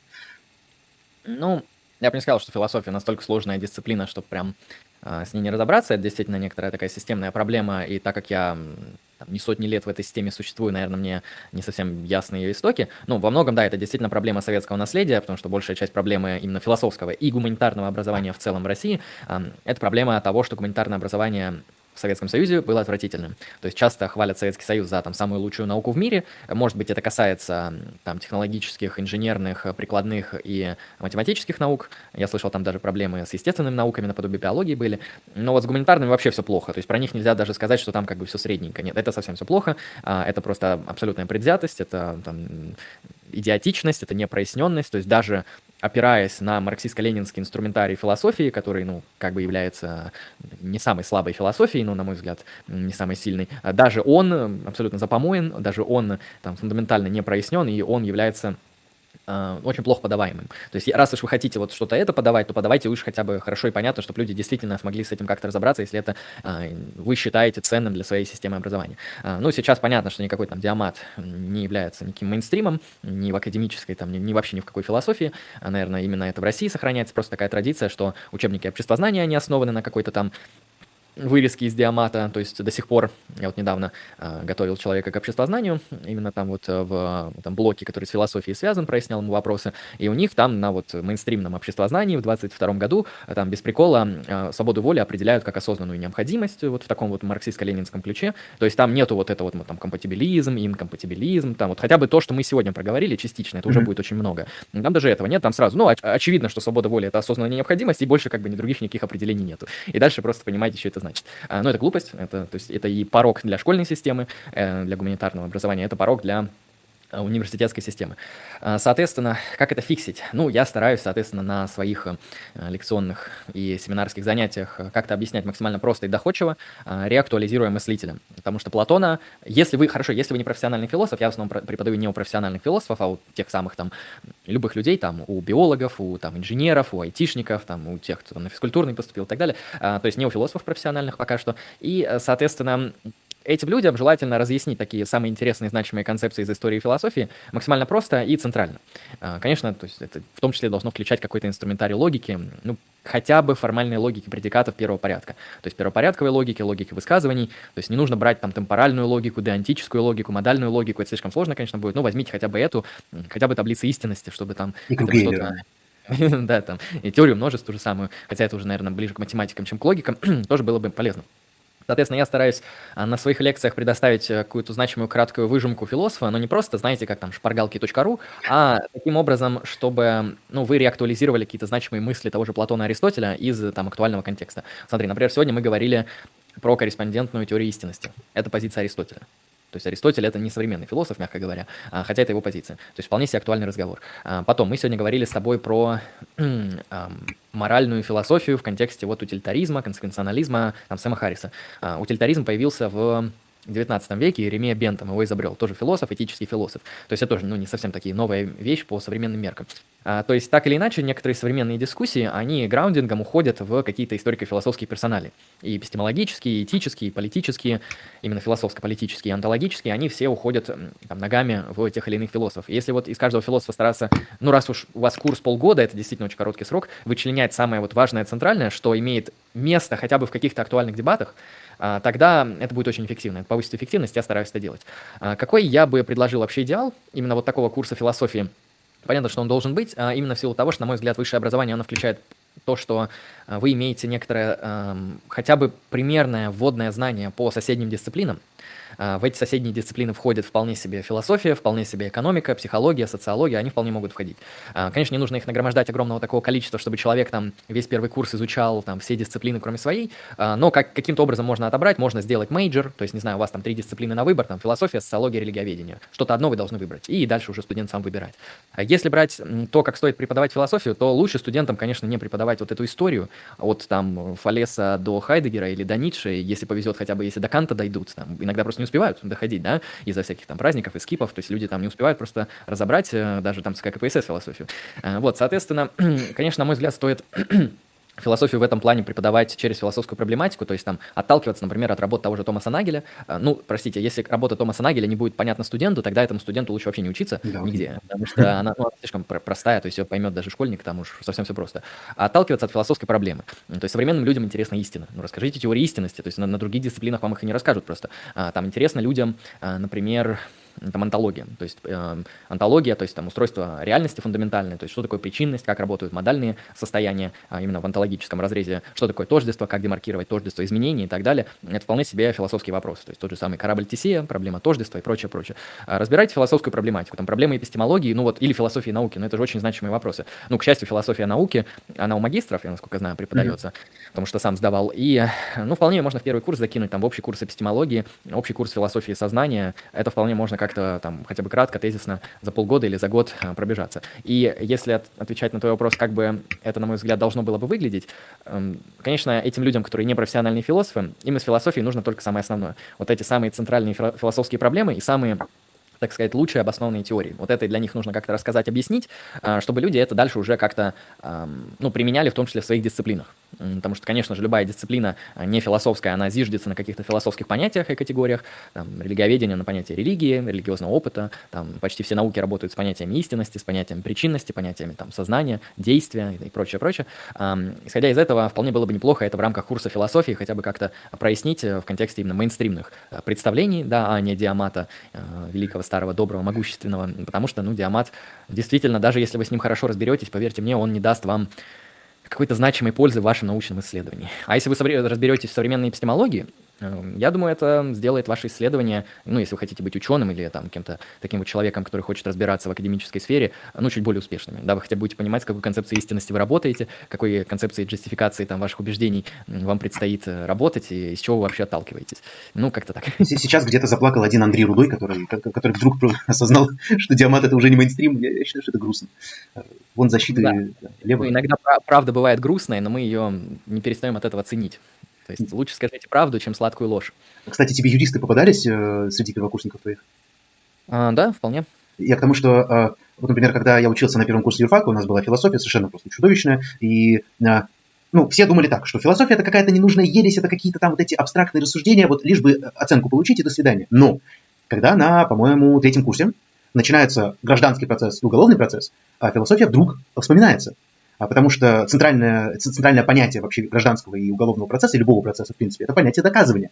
[SPEAKER 2] Ну, я бы не сказал, что философия настолько сложная дисциплина, чтобы прям с ней не разобраться. Это действительно некоторая такая системная проблема, и так как я там, не сотни лет в этой системе существую, наверное, мне не совсем ясны ее истоки. Ну, во многом, да, это действительно проблема советского наследия, потому что большая часть проблемы именно философского и гуманитарного образования в целом в России – это проблема того, что гуманитарное образование в Советском Союзе было отвратительным. То есть часто хвалят Советский Союз за там, самую лучшую науку в мире. Может быть, это касается там, технологических, инженерных, прикладных и математических наук. Я слышал, там даже проблемы с естественными науками наподобие биологии были. Но вот с гуманитарными вообще все плохо. То есть про них нельзя даже сказать, что там как бы все средненько. Нет, это совсем все плохо. Это просто абсолютная предвзятость, это там, идиотичность, это непроясненность. То есть даже опираясь на марксистско-ленинский инструментарий философии, который, ну, как бы является не самой слабой философией, но, на мой взгляд, не самой сильной, даже он абсолютно запомоен, даже он там фундаментально не прояснен, и он является очень плохо подаваемым. То есть, раз уж вы хотите вот что-то это подавать, то подавайте уж хотя бы хорошо и понятно, чтобы люди действительно смогли с этим как-то разобраться, если это вы считаете ценным для своей системы образования. Ну, сейчас понятно, что никакой там диамат не является никаким мейнстримом, ни в академической, там, ни вообще ни в какой философии. Наверное, именно это в России сохраняется просто такая традиция, что учебники обществознания, они основаны на какой-то там вырезки из диамата, то есть до сих пор, я вот недавно готовил человека к обществознанию, именно там вот в там, блоке, который с философией связан, прояснял ему вопросы, и у них там на вот мейнстримном обществознании в 22 году, там без прикола, свободу воли определяют как осознанную необходимость, вот в таком вот марксистско-ленинском ключе, то есть там нету вот это вот там компатибилизм, инкомпатибилизм, там вот хотя бы то, что мы сегодня проговорили частично, это уже будет очень много. Там даже этого нет, там сразу, ну, очевидно, что свобода воли — это осознанная необходимость, и больше как бы ни других никаких определений нету. И дальше просто понимаете, что это значит. Но это глупость, то есть это и порог для школьной системы, для гуманитарного образования, это порог для университетской системы. Соответственно, как это фиксить? Ну, я стараюсь, соответственно, на своих лекционных и семинарских занятиях как-то объяснять максимально просто и доходчиво, реактуализируя мыслителя. Потому что Платона, если вы не профессиональный философ, я в основном преподаю не у профессиональных философов, а у тех самых там любых людей, там, у биологов, у там инженеров, у айтишников, там, у тех, кто там на физкультурный поступил и так далее, то есть не у философов профессиональных пока что. И, соответственно, этим людям желательно разъяснить такие самые интересные значимые концепции из истории и философии максимально просто и центрально. Конечно, то есть это в том числе должно включать какой-то инструментарий логики, ну, хотя бы формальные логики предикатов первого порядка. То есть первопорядковой логики, логики высказываний. То есть не нужно брать там темпоральную логику, деонтическую логику, модальную логику. Это слишком сложно, конечно, будет. Но возьмите хотя бы эту, хотя бы таблицы истинности, чтобы там что-то... Да, там, и теорию множеств ту же самую, хотя это уже, наверное, ближе к математикам, чем к логикам, тоже было бы полезно. Соответственно, я стараюсь на своих лекциях предоставить какую-то значимую краткую выжимку философа, но не просто, знаете, как там шпаргалки.ру, а таким образом, чтобы вы реактуализировали какие-то значимые мысли того же Платона и Аристотеля из там актуального контекста. Смотри, например, сегодня мы говорили про корреспондентную теорию истинности. Это позиция Аристотеля. То есть Аристотель — это не современный философ, мягко говоря, хотя это его позиция. То есть вполне себе актуальный разговор. Потом, мы сегодня говорили с тобой про моральную философию в контексте вот утилитаризма, консеквенционализма, там, Сэма Харриса. Утилитаризм появился в в 19 веке, Иеремия Бентам его изобрел, тоже философ, этический философ. То есть это тоже, не совсем такие новая вещь по современным меркам. То есть так или иначе, некоторые современные дискуссии, они граундингом уходят в какие-то историко-философские персонали. И эпистемологические, и этические, и политические, именно философско-политические, и онтологические, они все уходят там, ногами в тех или иных философов. Если вот из каждого философа стараться, раз уж у вас курс полгода, это действительно очень короткий срок, вычленять самое вот важное, центральное, что имеет место хотя бы в каких-то актуальных дебатах, тогда это будет очень эффективно. Это повысит эффективность, я стараюсь это делать. Какой я бы предложил вообще идеал именно вот такого курса философии? Понятно, что он должен быть, именно в силу того, что, на мой взгляд, высшее образование, оно включает то, что вы имеете некоторое, хотя бы примерное вводное знание по соседним дисциплинам. В эти соседние дисциплины входят вполне себе философия, вполне себе экономика, психология, социология, они вполне могут входить. Конечно, не нужно их нагромождать огромного такого количества, чтобы человек там весь первый курс изучал там все дисциплины, кроме своей, но каким-то образом можно отобрать, можно сделать мейджор, то есть, не знаю, у вас там 3 дисциплины на выбор, там философия, социология, религиоведение. Что-то одно вы должны выбрать, и дальше уже студент сам выбирает. Если брать то, как стоит преподавать философию, то лучше студентам, конечно, не преподавать вот эту историю от там Фалеса до Хайдеггера или до Ницше, если повезет, хотя бы если до Канта дойдут, там, иногда просто не успевают доходить, да, из-за всяких там праздников и скипов, то есть люди там не успевают просто разобрать даже там как КПСС философию. Вот, соответственно, конечно, на мой взгляд, стоит философию в этом плане преподавать через философскую проблематику, то есть там отталкиваться, например, от работ того же Томаса Нагеля. Простите, если работа Томаса Нагеля не будет понятна студенту, тогда этому студенту лучше вообще не учиться нигде, потому что она слишком простая, то есть ее поймет даже школьник, там уж совсем все просто. А отталкиваться от философской проблемы. То есть современным людям интересна истина. Расскажите теории истинности, то есть на других дисциплинах вам их и не расскажут просто. Там интересно людям, например, там онтология, то есть онтология, то есть там устройство реальности фундаментальное, то есть что такое причинность, как работают модальные состояния именно в онтологическом разрезе, что такое тождество, как демаркировать тождество изменений и так далее. Это вполне себе философский вопрос, то есть тот же самый корабль Тесея, проблема тождества и прочее, прочее. Разбирайте философскую проблематику, там проблемы эпистемологии, или философии науки, но это же очень значимые вопросы. К счастью, философия науки, она у магистров, я насколько знаю, преподается, потому что сам сдавал, и, вполне можно в первый курс закинуть там в общий курс эпистемологии, общий курс философии сознания, это вполне можно как-то там хотя бы кратко, тезисно за полгода или за год пробежаться. И если отвечать на твой вопрос, как бы это, на мой взгляд, должно было бы выглядеть, конечно, этим людям, которые не профессиональные философы, им из философии нужно только самое основное. Вот эти самые центральные философские проблемы и самые, так сказать, лучшие обоснованные теории. Вот это для них нужно как-то рассказать, объяснить, чтобы люди это дальше уже как-то применяли, в том числе в своих дисциплинах. Потому что, конечно же, любая дисциплина не философская, она зиждется на каких-то философских понятиях и категориях. Религиоведение на понятие религии, религиозного опыта. Почти все науки работают с понятиями истинности, с понятием причинности, понятиями сознания, действия и прочее, прочее. Исходя из этого, вполне было бы неплохо это в рамках курса философии хотя бы как-то прояснить в контексте именно мейнстримных представлений, а не Диамата, великого, старого, доброго, могущественного, потому что, Диамат, действительно, даже если вы с ним хорошо разберетесь, поверьте мне, он не даст вам какой-то значимой пользы в вашем научном исследовании. А если вы разберетесь в современной эпистемологии, я думаю, это сделает ваше исследование, если вы хотите быть ученым или кем-то таким вот человеком, который хочет разбираться в академической сфере, чуть более успешными. Да, вы хотя бы будете понимать, с какой концепцией истинности вы работаете, какой концепцией джастификации ваших убеждений вам предстоит работать и из чего вы вообще отталкиваетесь. Как-то так.
[SPEAKER 1] Сейчас где-то заплакал один Андрей Рудой, который вдруг осознал, что Диамат — это уже не мейнстрим. Я считаю, что это грустно. Вон защиты левых.
[SPEAKER 2] Иногда правда бывает грустная, но мы ее не перестаем от этого ценить. То есть лучше скажите правду, чем сладкую ложь.
[SPEAKER 1] Кстати, тебе юристы попадались среди первокурсников твоих?
[SPEAKER 2] Да, вполне.
[SPEAKER 1] Я к тому, что, вот, например, когда я учился на первом курсе юрфака, у нас была философия совершенно просто чудовищная, и все думали так, что философия — это какая-то ненужная ересь, это какие-то там вот эти абстрактные рассуждения, вот лишь бы оценку получить и до свидания. Но когда на, по-моему, 3-м курсе начинается гражданский процесс и уголовный процесс, философия вдруг вспоминается. Потому что центральное понятие вообще гражданского и уголовного процесса, и любого процесса, в принципе, это понятие доказывания.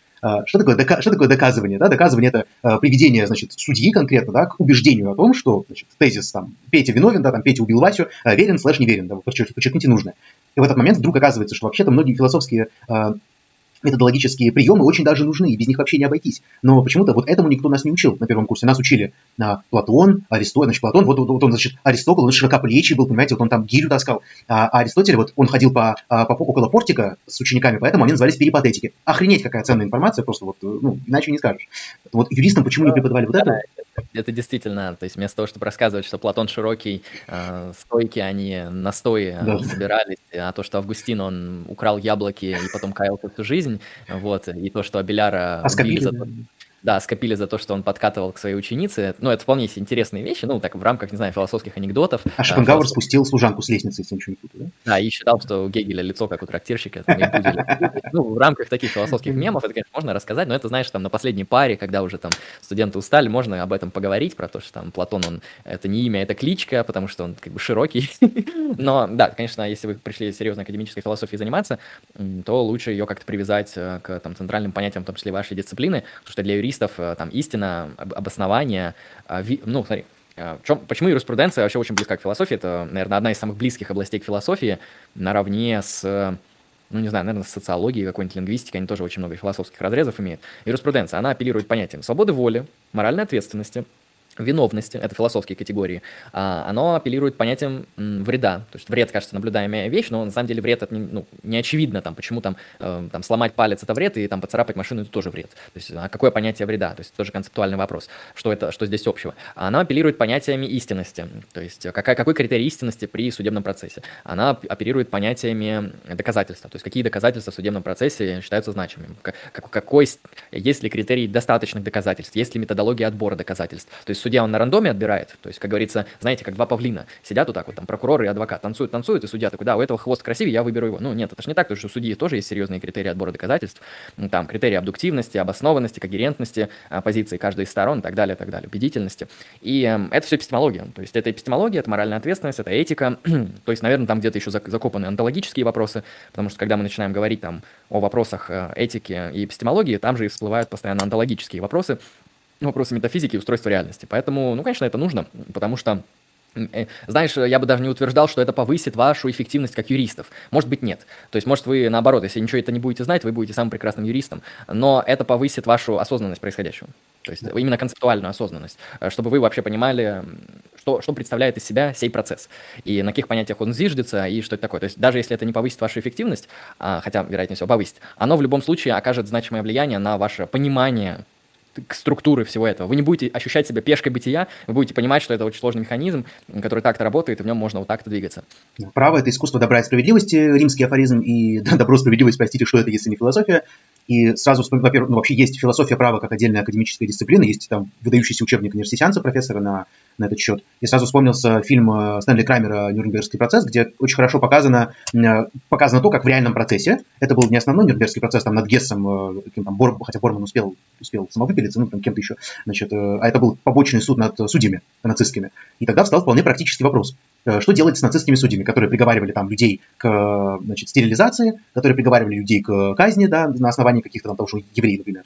[SPEAKER 1] Что такое доказывание? Да? Доказывание — это приведение, судьи конкретно, к убеждению о том, что, тезис Петя виновен, Петя убил Васю, верен / не верен, подчеркните нужное. И в этот момент вдруг оказывается, что вообще-то многие философские методологические приемы очень даже нужны, и без них вообще не обойтись. Но почему-то вот этому никто нас не учил на первом курсе. Нас учили Платон, Аристотель. Платон, вот он, Аристотель, он широкоплечий был, понимаете, вот он там гирю таскал. А Аристотель, вот он ходил около портика с учениками, поэтому они назывались перипатетики. Охренеть, какая ценная информация, просто иначе не скажешь. Вот юристам почему не преподавали вот это?
[SPEAKER 2] Это действительно, то есть вместо того, чтобы рассказывать, что Платон Широкий, стойки, они настои
[SPEAKER 1] Да.
[SPEAKER 2] собирались, а то, что Августин, он украл яблоки и потом каялся всю жизнь, вот, и то, что Абеляра
[SPEAKER 1] А
[SPEAKER 2] убили
[SPEAKER 1] скопили,
[SPEAKER 2] за
[SPEAKER 1] да.
[SPEAKER 2] то, да, скопили за то, что он подкатывал к своей ученице. Ну, это вполне себе интересные вещи, ну, так в рамках, не знаю, философских анекдотов.
[SPEAKER 1] А Шопенгауэр
[SPEAKER 2] Философ...
[SPEAKER 1] спустил служанку с лестницы, если я ничего не путаю,
[SPEAKER 2] Да, и считал, что у Гегеля лицо как у трактирщика, там, и пуделя. Ну, в рамках таких философских
[SPEAKER 1] да?
[SPEAKER 2] мемов это, конечно, можно рассказать, но это, знаешь, там на последней паре, когда уже там студенты устали, можно об этом поговорить, про то, что там Платон, он, это не имя, это кличка, потому что он как бы широкий. Но, да, конечно, если вы пришли серьезно академической философией заниматься, то лучше ее как-то привязать к там, центральным понятиям, в том числе вашей дисциплины, потому что для юристов там истина, обоснование, ну, смотри, почему юриспруденция вообще очень близка к философии? Это, наверное, одна из самых близких областей к философии, наравне с, ну, не знаю, наверное, с социологией, какой-нибудь лингвистикой, они тоже очень много философских разрезов имеют. Юриспруденция, она апеллирует понятиям свободы воли, моральной ответственности, виновности, это философские категории, оно апеллирует понятием вреда. То есть вред, кажется, наблюдаемая вещь, но на самом деле вред это не очевидно, там, почему там сломать палец это вред, и там поцарапать машину это тоже вред. То есть какое понятие вреда? То есть тоже концептуальный вопрос. Что здесь общего? Она апеллирует понятиями истинности. То есть какой критерий истинности при судебном процессе? Она оперирует понятиями доказательства. То есть какие доказательства в судебном процессе считаются значимыми? Есть ли критерий достаточных доказательств? Есть ли методология отбора доказательств? То есть судья, он на рандоме отбирает, то есть, как говорится, знаете, как два павлина, сидят вот так вот, там, прокурор и адвокат, танцуют, и судья такой, да, у этого хвост красивее, я выберу его. Ну, нет, это же не так, потому что у судьи тоже есть серьезные критерии отбора доказательств, там, критерии обдуктивности, обоснованности, когерентности, позиции каждой из сторон, и так далее, убедительности. И это все эпистемология, то есть, это эпистемология, это моральная ответственность, это этика, то есть, наверное, там где-то еще закопаны онтологические вопросы, потому что, когда мы начинаем говорить там о вопросах этики и эпистемологии, там же и всплывают постоянно онтологические вопросы метафизики и устройства реальности. Поэтому, ну, конечно, это нужно, потому что, знаешь, я бы даже не утверждал, что это повысит вашу эффективность как юристов. Может быть, нет. То есть, может, вы, наоборот, если ничего это не будете знать, вы будете самым прекрасным юристом, но это повысит вашу осознанность происходящего. То есть, именно концептуальную осознанность, чтобы вы вообще понимали, что представляет из себя сей процесс, и на каких понятиях он зиждется, и что это такое. То есть, даже если это не повысит вашу эффективность, хотя, вероятнее всего, повысит, оно в любом случае окажет значимое влияние на ваше понимание структуры всего этого. Вы не будете ощущать себя пешкой бытия, вы будете понимать, что это очень сложный механизм, который так-то работает, и в нем можно вот так-то двигаться.
[SPEAKER 1] Право – это искусство добра и справедливости, римский афоризм, и добро, справедливость, простите, что это, если не философия. И сразу, во-первых, вообще есть философия права как отдельная академическая дисциплина, есть там выдающийся учебник университянца, профессора на этот счет. И сразу вспомнился фильм Стэнли Крамера «Нюрнбергский процесс», где очень хорошо показано то, как в реальном процессе, это был не основной Нюрнбергский процесс там, над Гессом, хотя Борман успел самовыпилиться, ну, там, кем-то еще, значит, а это был побочный суд над судьями нацистскими. И тогда встал вполне практический вопрос. Что делать с нацистскими судьями, которые приговаривали там людей к, значит, стерилизации, которые приговаривали людей к казни, да, на основании каких-то там того, что евреи, например.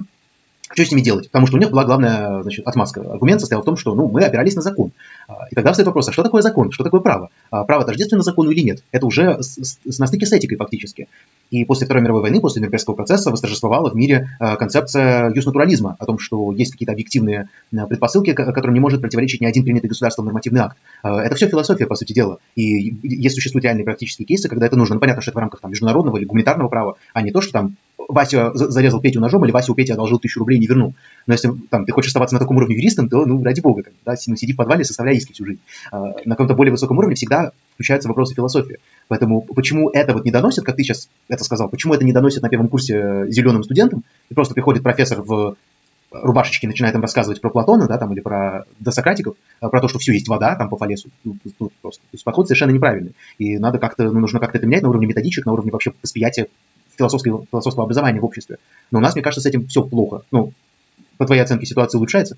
[SPEAKER 1] Что с ними делать? Потому что у них была главная, значит, отмазка. Аргумент состоял в том, что мы опирались на закон. И тогда встает вопрос, а что такое закон? Что такое право? Право тождественно закону или нет? Это уже на стыке с этикой фактически. И после Второй мировой войны, после Нюрнбергского процесса, восторжествовала в мире концепция юснатурализма, о том, что есть какие-то объективные предпосылки, которым не может противоречить ни один принятый государством нормативный акт. Это все философия, по сути дела. И есть существуют реальные практические кейсы, когда это нужно. Ну, понятно, что это в рамках там, международного или гуманитарного права, а не то, что там Вася зарезал Петю ножом, или Вася у Пети одолжил 1000 рублей и не вернул. Но если там, ты хочешь оставаться на таком уровне юристом, то, ради бога, да, сиди в подвале, составляй иски всю жизнь. На каком-то более высоком уровне всегда включаются вопросы философии. Поэтому почему это вот не доносят, как ты сейчас это сказал, почему это не доносят на первом курсе зеленым студентам, и просто приходит профессор в рубашечке начинает им рассказывать про Платона, да, там, или про досократиков, про то, что все есть вода, там, по Фалесу. Просто. То есть подход совершенно неправильный. И надо нужно как-то это менять на уровне методичек, на уровне вообще восприятия философского образования в обществе. Но у нас, мне кажется, с этим все плохо. По твоей оценке, ситуация улучшается?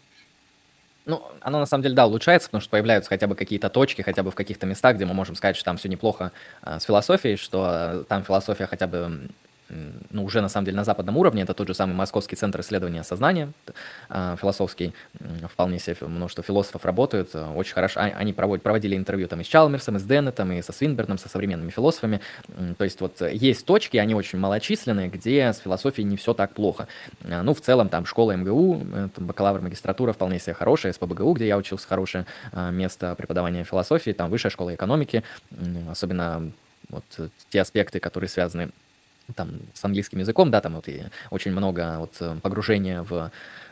[SPEAKER 2] Ну, оно на самом деле, да, улучшается, потому что появляются хотя бы какие-то точки, хотя бы в каких-то местах, где мы можем сказать, что там все неплохо с философией, что там философия хотя бы уже на самом деле на западном уровне, это тот же самый Московский центр исследования сознания философский, вполне себе множество философов работают, очень хорошо, они проводили интервью там и с Чалмерсом, и с Деннетом, и со Свинберном, со современными философами, то есть вот есть точки, они очень малочисленные, где с философией не все так плохо. Ну, в целом там школа МГУ, бакалавр, магистратура вполне себе хорошая, СПбГУ, где я учился, хорошее место преподавания философии, там высшая школа экономики, особенно вот те аспекты, которые связаны там с английским языком, да, там вот и очень много вот погружения в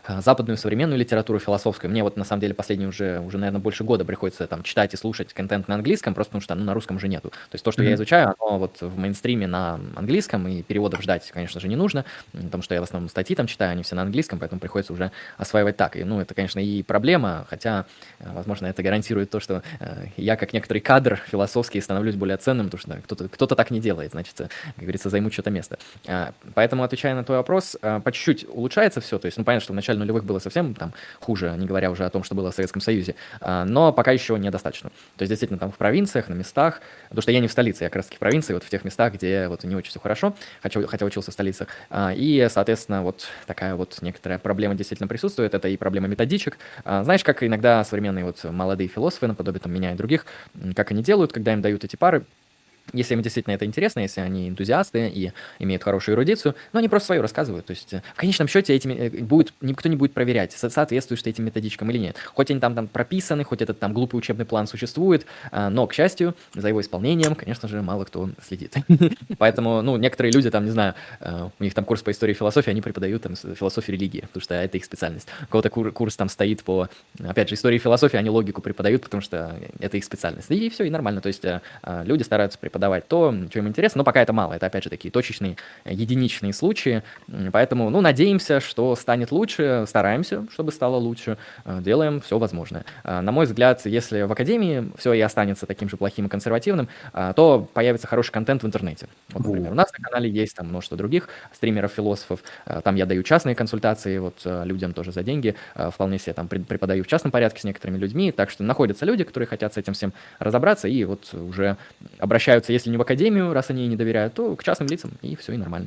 [SPEAKER 2] западную современную литературу философскую. Мне вот на самом деле последние уже, наверное, больше года приходится там читать и слушать контент на английском, просто потому что на русском уже нету. То есть то, что я
[SPEAKER 1] Мгм.
[SPEAKER 2] изучаю, оно вот в мейнстриме на английском, и переводов ждать, конечно же, не нужно, потому что я в основном статьи там читаю, они все на английском, поэтому приходится уже осваивать так. И, это, конечно, и проблема, хотя, возможно, это гарантирует то, что я, как некоторый кадр философский, становлюсь более ценным, потому что кто-то так не делает, значит, как говорится, займу что-то место. Поэтому, отвечая на твой вопрос, по чуть-чуть улучшается все. То есть, понятно, что в начале нулевых было совсем там хуже, не говоря уже о том, что было в Советском Союзе, но пока еще недостаточно. То есть, действительно, там в провинциях, на местах, потому что я не в столице, я как раз таки в провинции, вот в тех местах, где вот не очень все хорошо, хотя учился в столицах. И, соответственно, вот такая вот некоторая проблема действительно присутствует. Это и проблема методичек. Знаешь, как иногда современные вот молодые философы, наподобие там меня и других, как они делают, когда им дают эти пары, если им действительно это интересно, если они энтузиасты и имеют хорошую эрудицию, но они просто свое рассказывают. То есть в конечном счете никто не будет проверять, соответствуешь ты этим методичкам или нет. Хоть они там прописаны, хоть этот там глупый учебный план существует, но, к счастью, за его исполнением, конечно же, мало кто следит. Поэтому, некоторые люди там, не знаю, у них там курс по истории и философии, они преподают там философию религии, потому что это их специальность. У кого-то курс там стоит по, опять же, истории и философии, они логику преподают, потому что это их специальность. И все, и нормально. То есть люди стараются преподавать то, что им интересно, но пока это мало. Это, опять же, такие точечные, единичные случаи. Поэтому, надеемся, что станет лучше, стараемся, чтобы стало лучше, делаем все возможное. На мой взгляд, если в академии все и останется таким же плохим и консервативным, то появится хороший контент в интернете. Вот, например, у нас на канале есть там множество других стримеров-философов, там я даю частные консультации вот людям тоже за деньги, вполне себе там преподаю в частном порядке с некоторыми людьми, так что находятся люди, которые хотят с этим всем разобраться и вот уже обращаются, если не в академию, раз они ей не доверяют, то к частным лицам, и все, и нормально.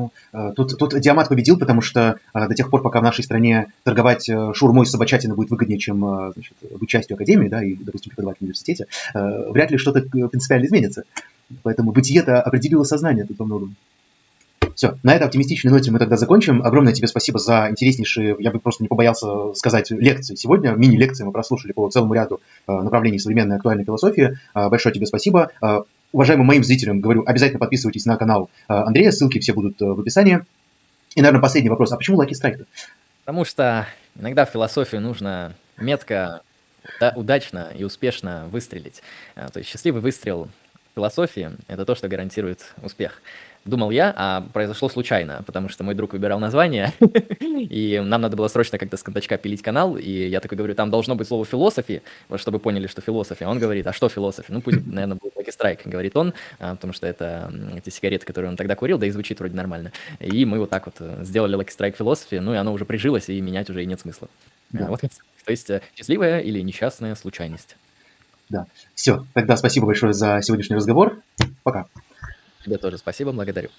[SPEAKER 1] Тут Диамат победил, потому что до тех пор, пока в нашей стране торговать шаурмой с собачатиной будет выгоднее, чем быть частью академии, да, и, допустим, преподавать в университете, вряд ли что-то принципиально изменится. Поэтому бытие-то определило сознание тут во многом. Все, на этой оптимистичной ноте мы тогда закончим. Огромное тебе спасибо за интереснейшие, я бы просто не побоялся сказать, лекции сегодня. Мини-лекции мы прослушали по целому ряду направлений современной актуальной философии. Большое тебе спасибо. Уважаемым моим зрителям говорю, обязательно подписывайтесь на канал Андрея, ссылки все будут в описании. И, наверное, последний вопрос. А почему Lucky Strike-то?
[SPEAKER 2] Потому что иногда в философии нужно метко, удачно и успешно выстрелить. То есть счастливый выстрел философии – это то, что гарантирует успех. Думал я, а произошло случайно, потому что мой друг выбирал название, и нам надо было срочно как-то с кондачка пилить канал, и я такой говорю, там должно быть слово «философи», вот чтобы поняли, что философия. Он говорит, а что философия? Пусть, наверное, будет Lucky Strike, говорит он, потому что это эти сигареты, которые он тогда курил, да и звучит вроде нормально. И мы вот так вот сделали Lucky Strike философии, и оно уже прижилось, и менять уже и нет смысла.
[SPEAKER 1] Да.
[SPEAKER 2] Вот, то есть счастливая или несчастная случайность.
[SPEAKER 1] Да. Все, тогда спасибо большое за сегодняшний разговор. Пока.
[SPEAKER 2] Тебе тоже спасибо, благодарю.